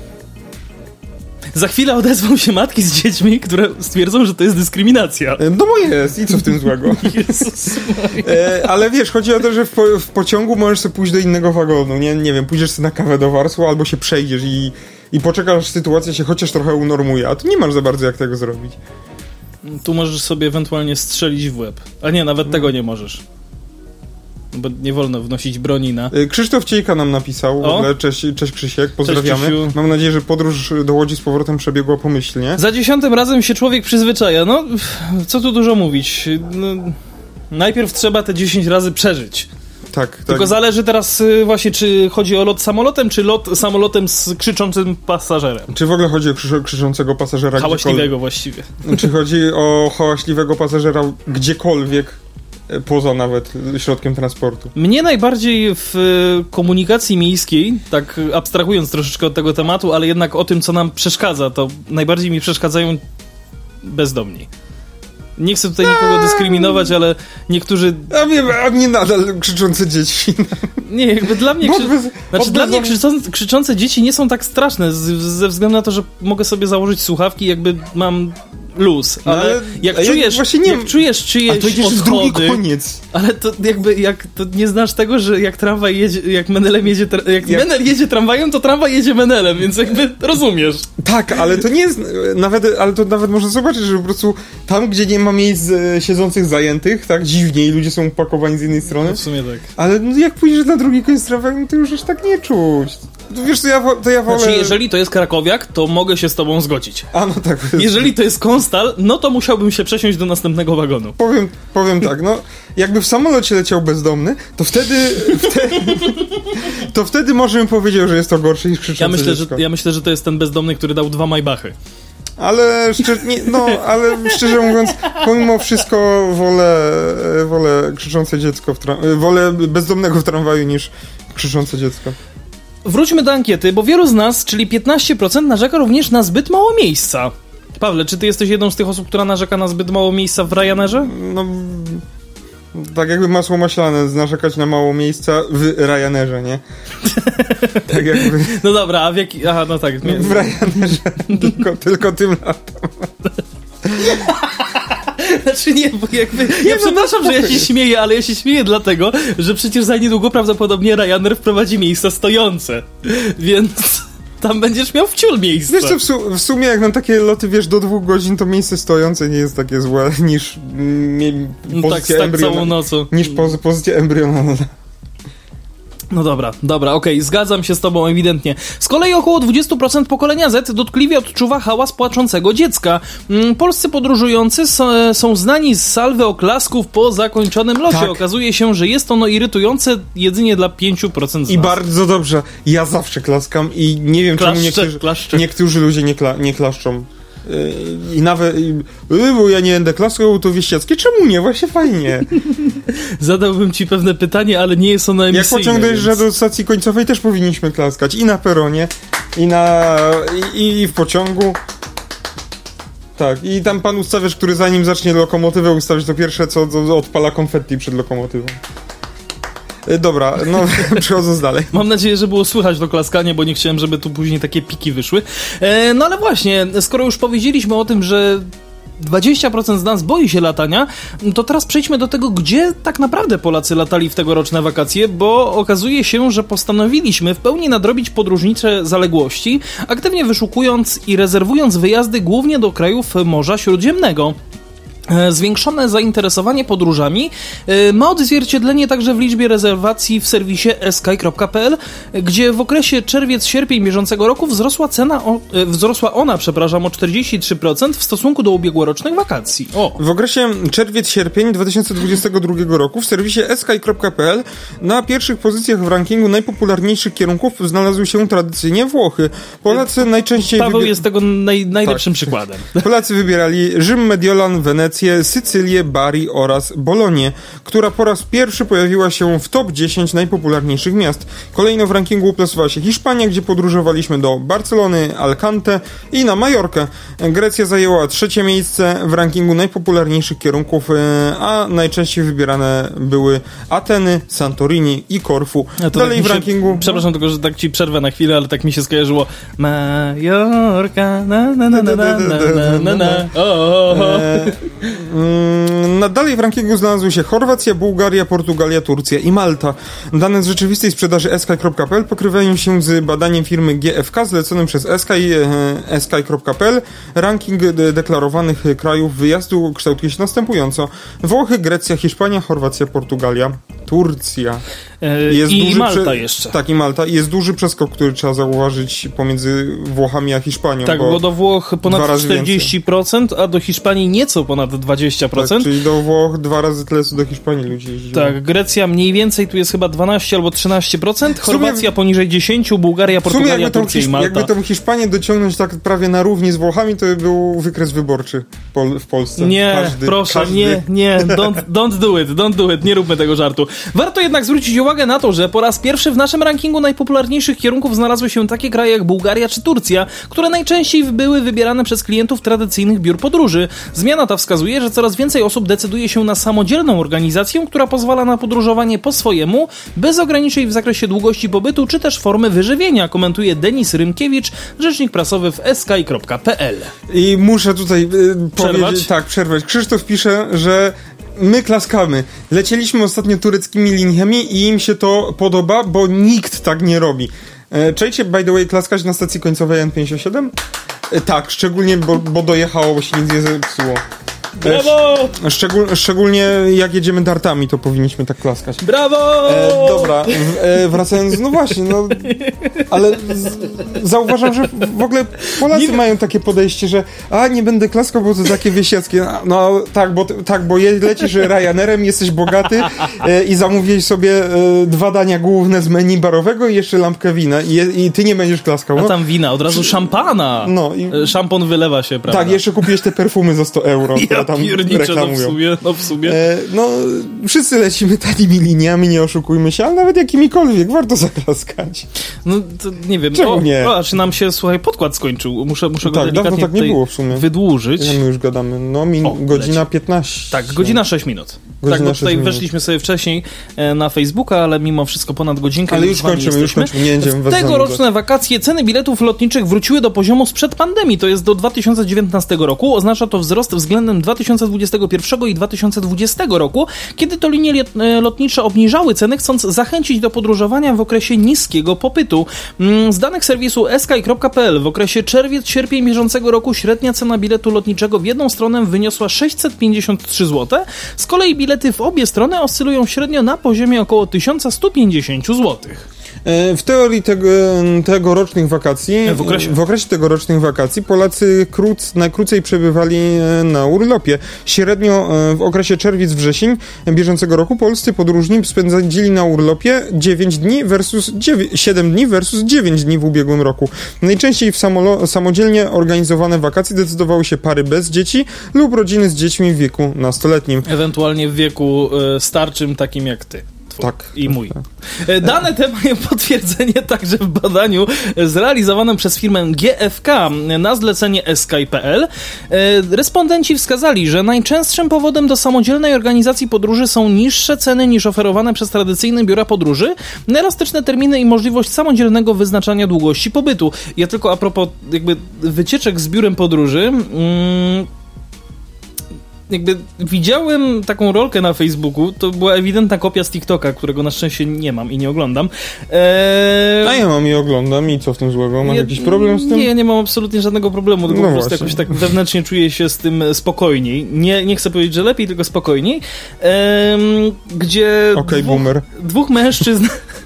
Za chwilę odezwą się matki z dziećmi, które stwierdzą, że to jest dyskryminacja. No bo jest. I co w tym złego? Jezus e, ale wiesz, chodzi o to, że w, po, w pociągu możesz sobie pójść do innego wagonu. Nie, nie wiem, pójdziesz sobie na kawę do Warsław albo się przejdziesz i, i poczekasz, aż sytuacja się chociaż trochę unormuje. A tu nie masz za bardzo jak tego zrobić. Tu możesz sobie ewentualnie strzelić w łeb. A nie, nawet tego nie możesz. Bo nie wolno wnosić broni na... Krzysztof Ciejka nam napisał. W ogóle, cześć, cześć Krzysiek, pozdrawiamy. Cześć, Mam nadzieję, że podróż do Łodzi z powrotem przebiegła pomyślnie. Za dziesiątym razem się człowiek przyzwyczaja. No, co tu dużo mówić. No, najpierw trzeba te dziesięć razy przeżyć. Tak, Tylko tak. zależy teraz właśnie, czy chodzi o lot samolotem, czy lot samolotem z krzyczącym pasażerem. Czy w ogóle chodzi o krzy- krzyczącego pasażera hałaśliwego gdziekolwiek? właściwie. Czy chodzi o hałaśliwego pasażera gdziekolwiek, poza nawet środkiem transportu? Mnie najbardziej w komunikacji miejskiej, tak abstrahując troszeczkę od tego tematu, ale jednak o tym, co nam przeszkadza, to najbardziej mi przeszkadzają bezdomni. Nie chcę tutaj nikogo dyskryminować, ale niektórzy... A mnie, a mnie nadal krzyczące dzieci. Nie, jakby dla mnie... Krzy... Bez, znaczy, dla mnie krzyczące, krzyczące dzieci nie są tak straszne, z, ze względu na to, że mogę sobie założyć słuchawki, jakby mam luz. Ale, no, ale jak, czujesz, jak, nie, jak czujesz czyjeś to idziesz w drugi koniec. Ale to jakby, jak to nie znasz tego, że jak tramwaj jedzie, jak Menelem jedzie, tra... jak, jak Menel jedzie tramwajem, to tramwaj jedzie Menelem, więc jakby rozumiesz. Tak, ale to nie jest, nawet, ale to nawet można zobaczyć, że po prostu tam, gdzie nie ma miejsc e, siedzących zajętych, tak, dziwnie i ludzie są upakowani z jednej strony. No w sumie tak. Ale no, jak pójdziesz na drugi koniec tramwaju, to już aż tak nie czuć. To wiesz, to ja, to ja wolę... Znaczy, jeżeli to jest krakowiak, to mogę się z tobą zgodzić. A, no tak. Jeżeli to jest Konstal, no to musiałbym się przesiąść do następnego wagonu. Powiem, powiem tak, no, jakby w samolocie leciał bezdomny, to wtedy, wtedy to wtedy może bym powiedział, że jest to gorsze niż krzyczące ja myślę, dziecko. że Ja myślę, że to jest ten bezdomny, który dał dwa Maybachy. Ale szczerze, nie, no, ale szczerze mówiąc, pomimo wszystko wolę, wolę krzyczące dziecko w tra- wolę bezdomnego w tramwaju niż krzyczące dziecko. Wróćmy do ankiety, bo wielu z nas, czyli piętnaście procent, narzeka również na zbyt mało miejsca. Pawle, czy ty jesteś jedną z tych osób, która narzeka na zbyt mało miejsca w Ryanerze? No, tak jakby masło maślane, narzekać na mało miejsca w Ryanerze, nie? Tak jakby... No dobra, a w jaki... Aha, no tak. W Ryanerze, tylko, tylko tym latem. Znaczy nie, bo jakby... Ja no, przepraszam, że ja się śmieję, ale ja się śmieję dlatego, że przecież za niedługo prawdopodobnie Ryanair wprowadzi miejsca stojące. Więc... Tam będziesz miał wciul miejsca. Wiesz co, w, su- w sumie jak na takie loty, wiesz, do dwóch godzin, to miejsce stojące nie jest takie złe niż mm, no tak, tak całą nocą. Niż poz- pozycja embrionalna. No dobra, dobra, okej, okay, zgadzam się z tobą ewidentnie. Z kolei około dwadzieścia procent pokolenia Z dotkliwie odczuwa hałas płaczącego dziecka. Polscy podróżujący s- są znani z salwy oklasków po zakończonym locie. Tak. Okazuje się, że jest ono irytujące jedynie dla pięć procent z I nas. bardzo dobrze. Ja zawsze klaskam i nie wiem, klaszcze, czemu niektórzy, klaszcze. niektórzy ludzie nie, kla- nie klaszczą. Yy, I nawet, yy, bo ja nie będę klaskał, to wieściackie. Czemu nie? Właśnie fajnie. Zadałbym ci pewne pytanie, ale nie jest ono emisyjne. Jak pociąg dojeżdża więc... do stacji końcowej, też powinniśmy klaskać. I na peronie, i na i, i w pociągu. Tak, i tam pan ustawiasz, który zanim zacznie lokomotywę ustawić, to pierwsze, co to odpala konfetti przed lokomotywą. Dobra, no przechodząc dalej. Mam nadzieję, że było słychać to klaskanie, bo nie chciałem, żeby tu później takie piki wyszły. E, no ale właśnie, skoro już powiedzieliśmy o tym, że dwadzieścia procent z nas boi się latania, to teraz przejdźmy do tego, gdzie tak naprawdę Polacy latali w tegoroczne wakacje, bo okazuje się, że postanowiliśmy w pełni nadrobić podróżnicze zaległości, aktywnie wyszukując i rezerwując wyjazdy głównie do krajów Morza Śródziemnego. Zwiększone zainteresowanie podróżami ma odzwierciedlenie także w liczbie rezerwacji w serwisie sky kropka p l, gdzie w okresie czerwiec-sierpień bieżącego roku wzrosła cena, o, wzrosła ona, przepraszam, o czterdzieści trzy procent w stosunku do ubiegłorocznych wakacji. O. W okresie czerwiec-sierpień dwa tysiące dwudziestego drugiego roku w serwisie sky kropka p l na pierwszych pozycjach w rankingu najpopularniejszych kierunków znalazły się tradycyjnie Włochy. Polacy najczęściej... Paweł wybier... jest tego naj, najlepszym tak. przykładem. Polacy wybierali Rzym, Mediolan, Wenecję, Sycylię, Bari oraz Bolonię, która po raz pierwszy pojawiła się w top dziesięć najpopularniejszych miast. Kolejno w rankingu uplasowała się Hiszpania, gdzie podróżowaliśmy do Barcelony, Alicante i na Majorkę. Grecja zajęła trzecie miejsce w rankingu najpopularniejszych kierunków, a najczęściej wybierane były Ateny, Santorini i Korfu. Dalej tak w rankingu... Się, przepraszam tylko, że tak ci przerwę na chwilę, ale tak mi się skojarzyło. Majorka, na na na na na na na na. Na dalej w rankingu znalazły się Chorwacja, Bułgaria, Portugalia, Turcja i Malta. Dane z rzeczywistej sprzedaży sky kropka p l pokrywają się z badaniem firmy G F K zleconym przez sky kropka p l. Ranking deklarowanych krajów wyjazdu kształtuje się następująco: Włochy, Grecja, Hiszpania, Chorwacja, Portugalia, Turcja. Jest I duży Malta prze... jeszcze. Tak, i Malta. I jest duży przeskok, który trzeba zauważyć pomiędzy Włochami a Hiszpanią. Tak, bo, bo do Włoch ponad czterdzieści procent, więcej. A do Hiszpanii nieco ponad dwadzieścia procent. Tak, czyli do Włoch dwa razy tyle, co do Hiszpanii ludzi jeździło. Tak, Grecja mniej więcej, tu jest chyba dwanaście albo trzynaście procent, Chorwacja sumie, poniżej dziesięć, Bułgaria, Portugalia, Turcja i Malta. Jakby tą Hiszpanię dociągnąć tak prawie na równi z Włochami, to by był wykres wyborczy Pol- w Polsce. Nie, każdy, proszę, każdy. nie, nie, don't, don't do it, don't do it, nie róbmy tego żartu. Warto jednak zwrócić uwagę na to, że po raz pierwszy w naszym rankingu najpopularniejszych kierunków znalazły się takie kraje jak Bułgaria czy Turcja, które najczęściej były wybierane przez klientów tradycyjnych biur podróży. Zmiana ta wskazuje, że coraz więcej osób decyduje się na samodzielną organizację, która pozwala na podróżowanie po swojemu, bez ograniczeń w zakresie długości pobytu czy też formy wyżywienia, komentuje Denis Rymkiewicz, rzecznik prasowy w sky kropka p l. I muszę tutaj y, przerwać? powiedzieć, tak, przerwać. Krzysztof pisze, że my klaskamy. Lecieliśmy ostatnio tureckimi liniami i im się to podoba, bo nikt tak nie robi. E, czajcie, by the way, klaskać na stacji końcowej N pięćdziesiąt siedem? E, tak, szczególnie, bo, bo dojechało, bo się nic nie zepsuło. Brawo! Szczegól, szczególnie jak jedziemy dartami, to powinniśmy tak klaskać. Brawo! E, dobra, w, e, wracając, no właśnie, no, ale z, zauważam, że w ogóle Polacy nie mają takie podejście, że a, nie będę klaskał, bo to takie wiesiackie. No tak, bo, tak, bo lecisz Ryanerem, jesteś bogaty e, i zamówiłeś sobie e, dwa dania główne z menu barowego i jeszcze lampkę wina i, i ty nie będziesz klaskał. No. A tam wina, od razu szampana. No, i... Szampon wylewa się, prawda? Tak, jeszcze kupiłeś te perfumy za sto euro. Ja tam reklamują. No w sumie, no w sumie. E, no, wszyscy lecimy tanimi liniami, nie oszukujmy się, ale nawet jakimikolwiek, warto zaklaskać. No, to nie wiem. Czemu o, nie? O, czy nam się, słuchaj, podkład skończył. Muszę, muszę go tak, delikatnie dawno tak nie było w sumie. wydłużyć. Ja my już gadamy. No, min- o, godzina leci. piętnaście. Tak, godzina sześć minut. Godzina tak, bo tutaj minut. weszliśmy sobie wcześniej e, na Facebooka, ale mimo wszystko ponad godzinkę. Ale już kończymy, już kończymy. Nie będziemy w tegoroczne wakacje ceny biletów lotniczych wróciły do poziomu sprzed pandemii, to jest do dwa tysiące dziewiętnastego roku. Oznacza to wzrost względem dwa tysiące dwudziestego pierwszego i dwa tysiące dwudziestego roku, kiedy to linie lotnicze obniżały ceny, chcąc zachęcić do podróżowania w okresie niskiego popytu. Z danych serwisu sky kropka p l w okresie czerwiec-sierpień bieżącego roku średnia cena biletu lotniczego w jedną stronę wyniosła sześćset pięćdziesiąt trzy złote, z kolei bilety w obie strony oscylują średnio na poziomie około tysiąc sto pięćdziesiąt złotych. W teorii tego, tegorocznych wakacji, w okresie. w okresie tegorocznych wakacji Polacy króc, najkrócej przebywali na urlopie. Średnio w okresie czerwiec-wrzesień bieżącego roku polscy podróżni spędzili na urlopie dziewięć dni versus dziewięć, siedem dni versus dziewięć dni w ubiegłym roku. Najczęściej w samolo- samodzielnie organizowane wakacje decydowały się pary bez dzieci lub rodziny z dziećmi w wieku nastoletnim. Ewentualnie w wieku y, starczym, takim jak ty. Tak. I mój. Dane te mają potwierdzenie także w badaniu zrealizowanym przez firmę G F K na zlecenie sky kropka p l. Respondenci wskazali, że najczęstszym powodem do samodzielnej organizacji podróży są niższe ceny niż oferowane przez tradycyjne biura podróży, elastyczne terminy i możliwość samodzielnego wyznaczania długości pobytu. Ja tylko a propos jakby wycieczek z biurem podróży... Mm, jakby widziałem taką rolkę na Facebooku, to była ewidentna kopia z TikToka, którego na szczęście nie mam i nie oglądam. Eee... A ja mam i oglądam i co w tym złego? Masz ja, jakiś problem z tym? Nie, ja nie mam absolutnie żadnego problemu, tylko no po prostu właśnie. jakoś tak wewnętrznie czuję się z tym spokojniej. Nie, nie chcę powiedzieć, że lepiej, tylko spokojniej. Eee, gdzie Okej, okay, dwóch, boomer. Dwóch mężczyzn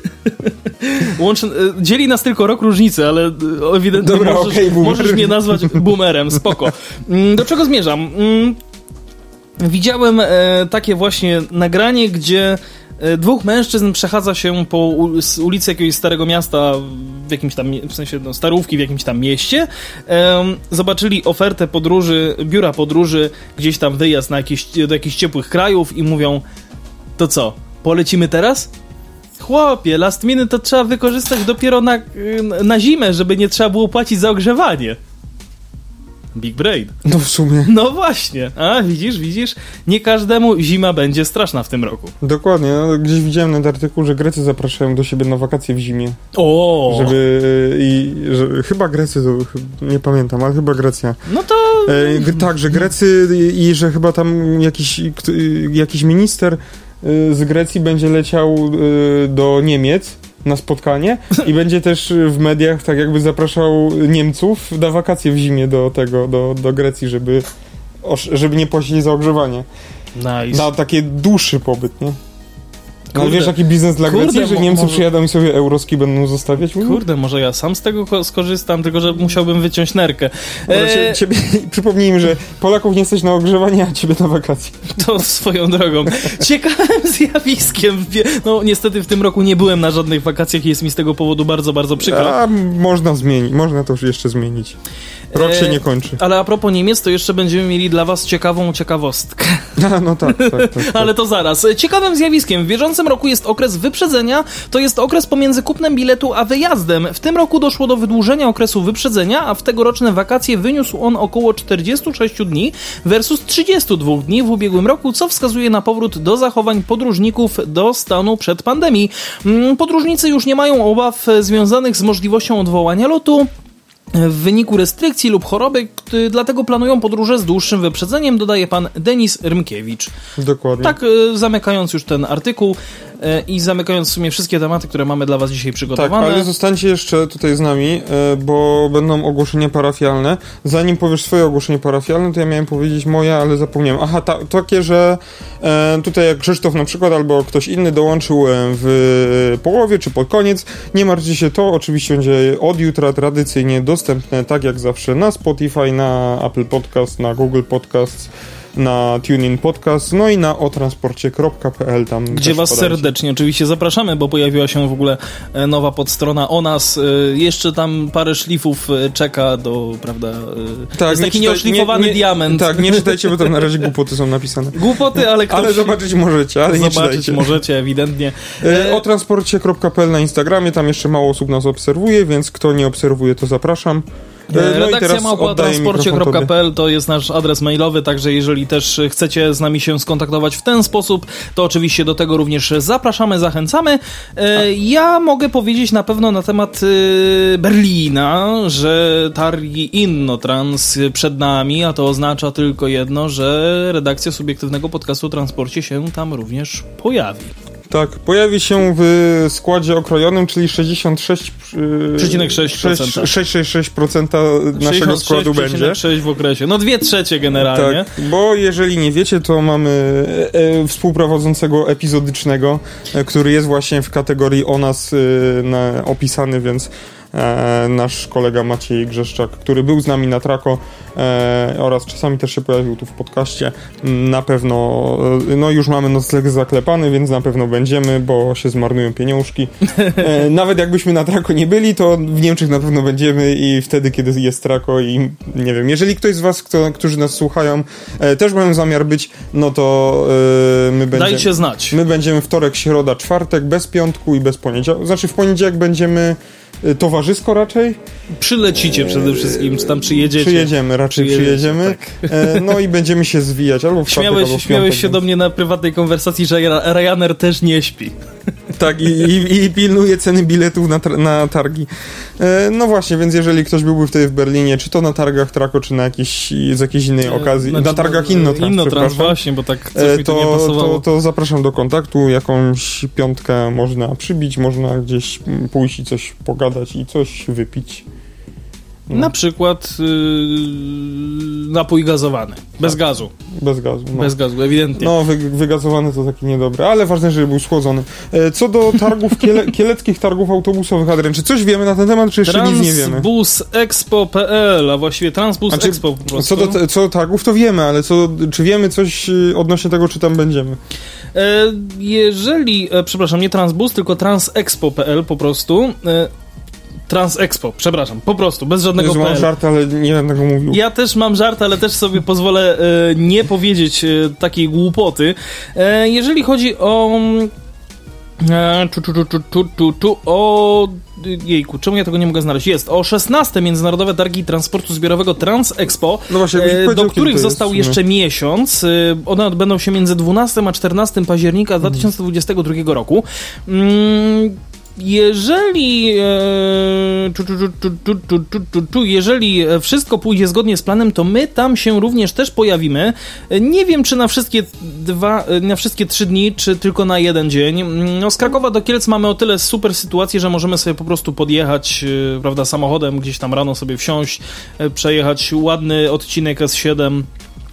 łączy, dzieli nas tylko rok różnicy, ale ewidentnie Dobra, możesz, okay, możesz mnie nazwać boomerem, spoko. Do czego zmierzam? Widziałem e, takie właśnie nagranie, gdzie e, dwóch mężczyzn przechadza się po u, ulicy jakiegoś starego miasta, w jakimś tam, w sensie no, starówki w jakimś tam mieście. E, zobaczyli ofertę podróży, biura podróży, gdzieś tam wyjazd na jakieś, do jakichś ciepłych krajów i mówią, to co, polecimy teraz? Chłopie, last minute to trzeba wykorzystać dopiero na, na zimę, żeby nie trzeba było płacić za ogrzewanie. Big brain. No w sumie. No właśnie. A, widzisz, widzisz? Nie każdemu zima będzie straszna w tym roku. Dokładnie. No, gdzieś widziałem nawet artykuł, że Grecy zapraszają do siebie na wakacje w zimie. O! Żeby... I, że, chyba Grecy, to nie pamiętam, ale chyba Grecja. No to... E, tak, że Grecy i, i że chyba tam jakiś, jakiś minister z Grecji będzie leciał do Niemiec na spotkanie i będzie też w mediach tak jakby zapraszał Niemców na wakacje w zimie do tego, do, do Grecji, żeby, żeby nie płacili za ogrzewanie. Nice. Na taki dłuższy pobyt, nie? Ale Kurde. wiesz, jaki biznes dla Kurde, Grecji, że mo- Niemcy może... przyjadą i sobie euroski będą zostawiać? Kurde, może ja sam z tego ko- skorzystam, tylko że musiałbym wyciąć nerkę. E... Ciebie, przypomnijmy, że Polaków nie stać na ogrzewanie, a ciebie na wakacje. To swoją drogą. Ciekawym zjawiskiem. No niestety w tym roku nie byłem na żadnych wakacjach i jest mi z tego powodu bardzo, bardzo przykro. A można zmienić, można to już jeszcze zmienić. Rok się nie kończy. Ale a propos Niemiec, to jeszcze będziemy mieli dla was ciekawą ciekawostkę. A, no tak, tak, tak, tak. Ale to zaraz. Ciekawym zjawiskiem w bieżącym roku jest okres wyprzedzenia. To jest okres pomiędzy kupnem biletu a wyjazdem. W tym roku doszło do wydłużenia okresu wyprzedzenia, a w tegoroczne wakacje wyniósł on około czterdzieści sześć dni versus trzydzieści dwa dni w ubiegłym roku, co wskazuje na powrót do zachowań podróżników do stanu przed pandemii. Podróżnicy już nie mają obaw związanych z możliwością odwołania lotu w wyniku restrykcji lub choroby, dlatego planują podróże z dłuższym wyprzedzeniem, dodaje pan Denis Rymkiewicz. Dokładnie. Tak, zamykając już ten artykuł i zamykając w sumie wszystkie tematy, które mamy dla was dzisiaj przygotowane. Tak, ale zostańcie jeszcze tutaj z nami, bo będą ogłoszenia parafialne. Zanim powiesz swoje ogłoszenie parafialne, to ja miałem powiedzieć moje, ale zapomniałem. Aha, ta, takie, że tutaj jak Krzysztof na przykład, albo ktoś inny dołączył w połowie, czy pod koniec, nie martwcie się, to oczywiście będzie od jutra tradycyjnie dostępne, tak jak zawsze, na Spotify, na Apple Podcast, na Google Podcast, na TuneIn Podcast, no i na otransporcie kropka p l, tam gdzie was podajcie. Serdecznie oczywiście zapraszamy, bo pojawiła się w ogóle nowa podstrona o nas. Jeszcze tam parę szlifów czeka do, prawda, tak, jest taki nie czytaj, nieoszlifowany nie, nie, diament. Tak, nie czytajcie, bo tam na razie głupoty są napisane. Głupoty, ale ktoś... Ale zobaczyć możecie, ale nie zobaczyć czytajcie. możecie, ewidentnie. E, o transporcie kropka p l na Instagramie, tam jeszcze mało osób nas obserwuje, więc kto nie obserwuje, to zapraszam. No Redakcja małpa transporcie kropka p l to jest nasz adres mailowy, także jeżeli też chcecie z nami się skontaktować w ten sposób, to oczywiście do tego również zapraszamy, zachęcamy. E, ja mogę powiedzieć na pewno na temat e, Berlina, że targi Innotrans przed nami, a to oznacza tylko jedno, że redakcja subiektywnego podcastu o transporcie się tam również pojawi. Tak, pojawi się w składzie okrojonym, czyli sześćdziesiąt sześć przecinek sześć procent sześćdziesiąt sześć procent naszego składu będzie. sześćdziesiąt sześć w okresie. No dwie trzecie generalnie. Tak, bo jeżeli nie wiecie, to mamy e, e, współprowadzącego epizodycznego, e, który jest właśnie w kategorii o nas e, na, opisany, więc E, nasz kolega Maciej Grzeszczak, który był z nami na Trako e, oraz czasami też się pojawił tu w podcaście. Na pewno, e, no już mamy nocleg zaklepany, więc na pewno będziemy, bo się zmarnują pieniążki. E, nawet jakbyśmy na Trako nie byli, to w Niemczech na pewno będziemy i wtedy, kiedy jest Trako i nie wiem, jeżeli ktoś z was, kto, którzy nas słuchają, e, też mają zamiar być, no to e, my będziemy... Dajcie znać. My będziemy wtorek, środa, czwartek, bez piątku i bez poniedziałku. Znaczy w poniedziałek będziemy towarzysko raczej. Przylecicie przede wszystkim, czy tam przyjedziecie. Przyjedziemy, raczej Przyjedziecie, przyjedziemy. tak. E, no i będziemy się zwijać albo w czwartek, Śmiałeś, albo w śmiałeś piątek, się więc... do mnie na prywatnej konwersacji, że Ryanair też nie śpi. Tak, i, i, i pilnuje ceny biletów na, na targi. E, no właśnie, więc jeżeli ktoś byłby wtedy w Berlinie, czy to na targach Trako, czy na jakiejś, z jakiejś innej okazji, znaczy, na targach Innotrans, Innotrans właśnie, bo tak coś e, mi to, tu nie pasowało. To, to zapraszam do kontaktu, jakąś piątkę można przybić, można gdzieś pójść i coś pogadać i coś wypić. No. Na przykład yy, napój gazowany. Bez tak. gazu. Bez gazu. No. Bez gazu, ewidentnie. No, wy, wygazowany to taki niedobry, ale ważne, żeby był schłodzony. E, co do targów, kiele, kieleckich targów autobusowych, Adrian, czy coś wiemy na ten temat, czy jeszcze Transbus nic nie wiemy? Transbusexpo kropka p l, a właściwie Transbus znaczy, Expo po prostu. Co do, co do targów, to wiemy, ale co, czy wiemy coś odnośnie tego, czy tam będziemy? E, jeżeli, e, przepraszam, nie Transbus, tylko Transexpo kropka p l po prostu. E, Transexpo, przepraszam, po prostu, bez żadnego Jezu, mam żart, ale nie będę go mówił. Ja też mam żart, ale też sobie pozwolę e, nie powiedzieć e, takiej głupoty. E, jeżeli chodzi o... E, tu, tu, tu, tu, tu, tu, tu, o... Jejku, czemu ja tego nie mogę znaleźć? Jest o szesnaste Międzynarodowe Targi Transportu Zbiorowego Transexpo, no właśnie, e, do których został jest, jeszcze miesiąc. E, one odbędą się między dwunastego a czternastego października dwa tysiące dwudziestego drugiego roku. Mm, Jeżeli e, tu, tu, tu, tu, tu, tu, tu, tu, jeżeli wszystko pójdzie zgodnie z planem, to my tam się również też pojawimy. Nie wiem, czy na wszystkie dwa, na wszystkie trzy dni, czy tylko na jeden dzień. No, z Krakowa do Kielc mamy o tyle super sytuację, że możemy sobie po prostu podjechać, prawda, samochodem, gdzieś tam rano sobie wsiąść, przejechać ładny odcinek S siedem.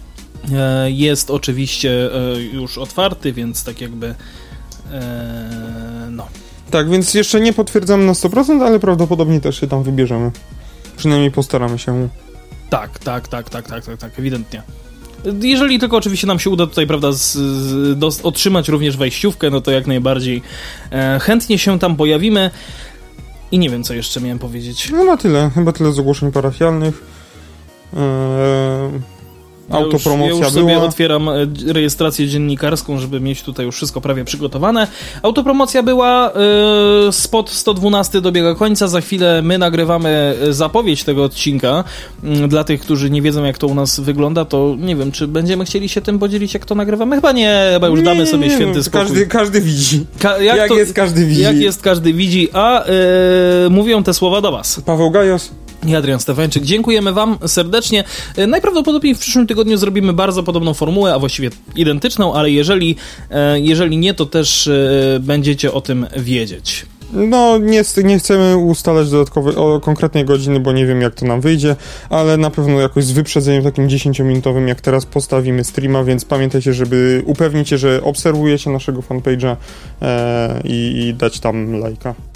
Jest oczywiście już otwarty, więc tak jakby no... Tak, więc jeszcze nie potwierdzamy na sto procent, ale prawdopodobnie też się tam wybierzemy. Przynajmniej postaramy się. Tak, tak, tak, tak, tak, tak, tak, ewidentnie. Jeżeli tylko oczywiście nam się uda tutaj, prawda, z, z, do, otrzymać również wejściówkę, no to jak najbardziej e, chętnie się tam pojawimy. I nie wiem, co jeszcze miałem powiedzieć. No na tyle, chyba tyle z ogłoszeń parafialnych. Eee... Autopromocja ja już, ja już była. sobie otwieram rejestrację dziennikarską, żeby mieć tutaj już wszystko prawie przygotowane. Autopromocja była, yy, spot sto dwanaście dobiega końca, za chwilę my nagrywamy zapowiedź tego odcinka. Yy, dla tych, którzy nie wiedzą, jak to u nas wygląda, to nie wiem, czy będziemy chcieli się tym podzielić, jak to nagrywamy? Chyba nie, chyba już nie, damy sobie nie, święty no, spokój. Każdy, każdy widzi. Ka- jak jak to, jest, każdy widzi. Jak jest, każdy widzi, a yy, mówią te słowa do was. Paweł Gajos i Adrian Stefańczyk. Dziękujemy wam serdecznie. Najprawdopodobniej w przyszłym tygodniu zrobimy bardzo podobną formułę, a właściwie identyczną, ale jeżeli, jeżeli nie, to też będziecie o tym wiedzieć. No, nie, nie chcemy ustalać dodatkowej, o konkretnej godziny, bo nie wiem, jak to nam wyjdzie, ale na pewno jakoś z wyprzedzeniem takim dziesięciominutowym, jak teraz postawimy streama, więc pamiętajcie, żeby upewnić się, że obserwujecie naszego fanpage'a e, i, i dać tam lajka.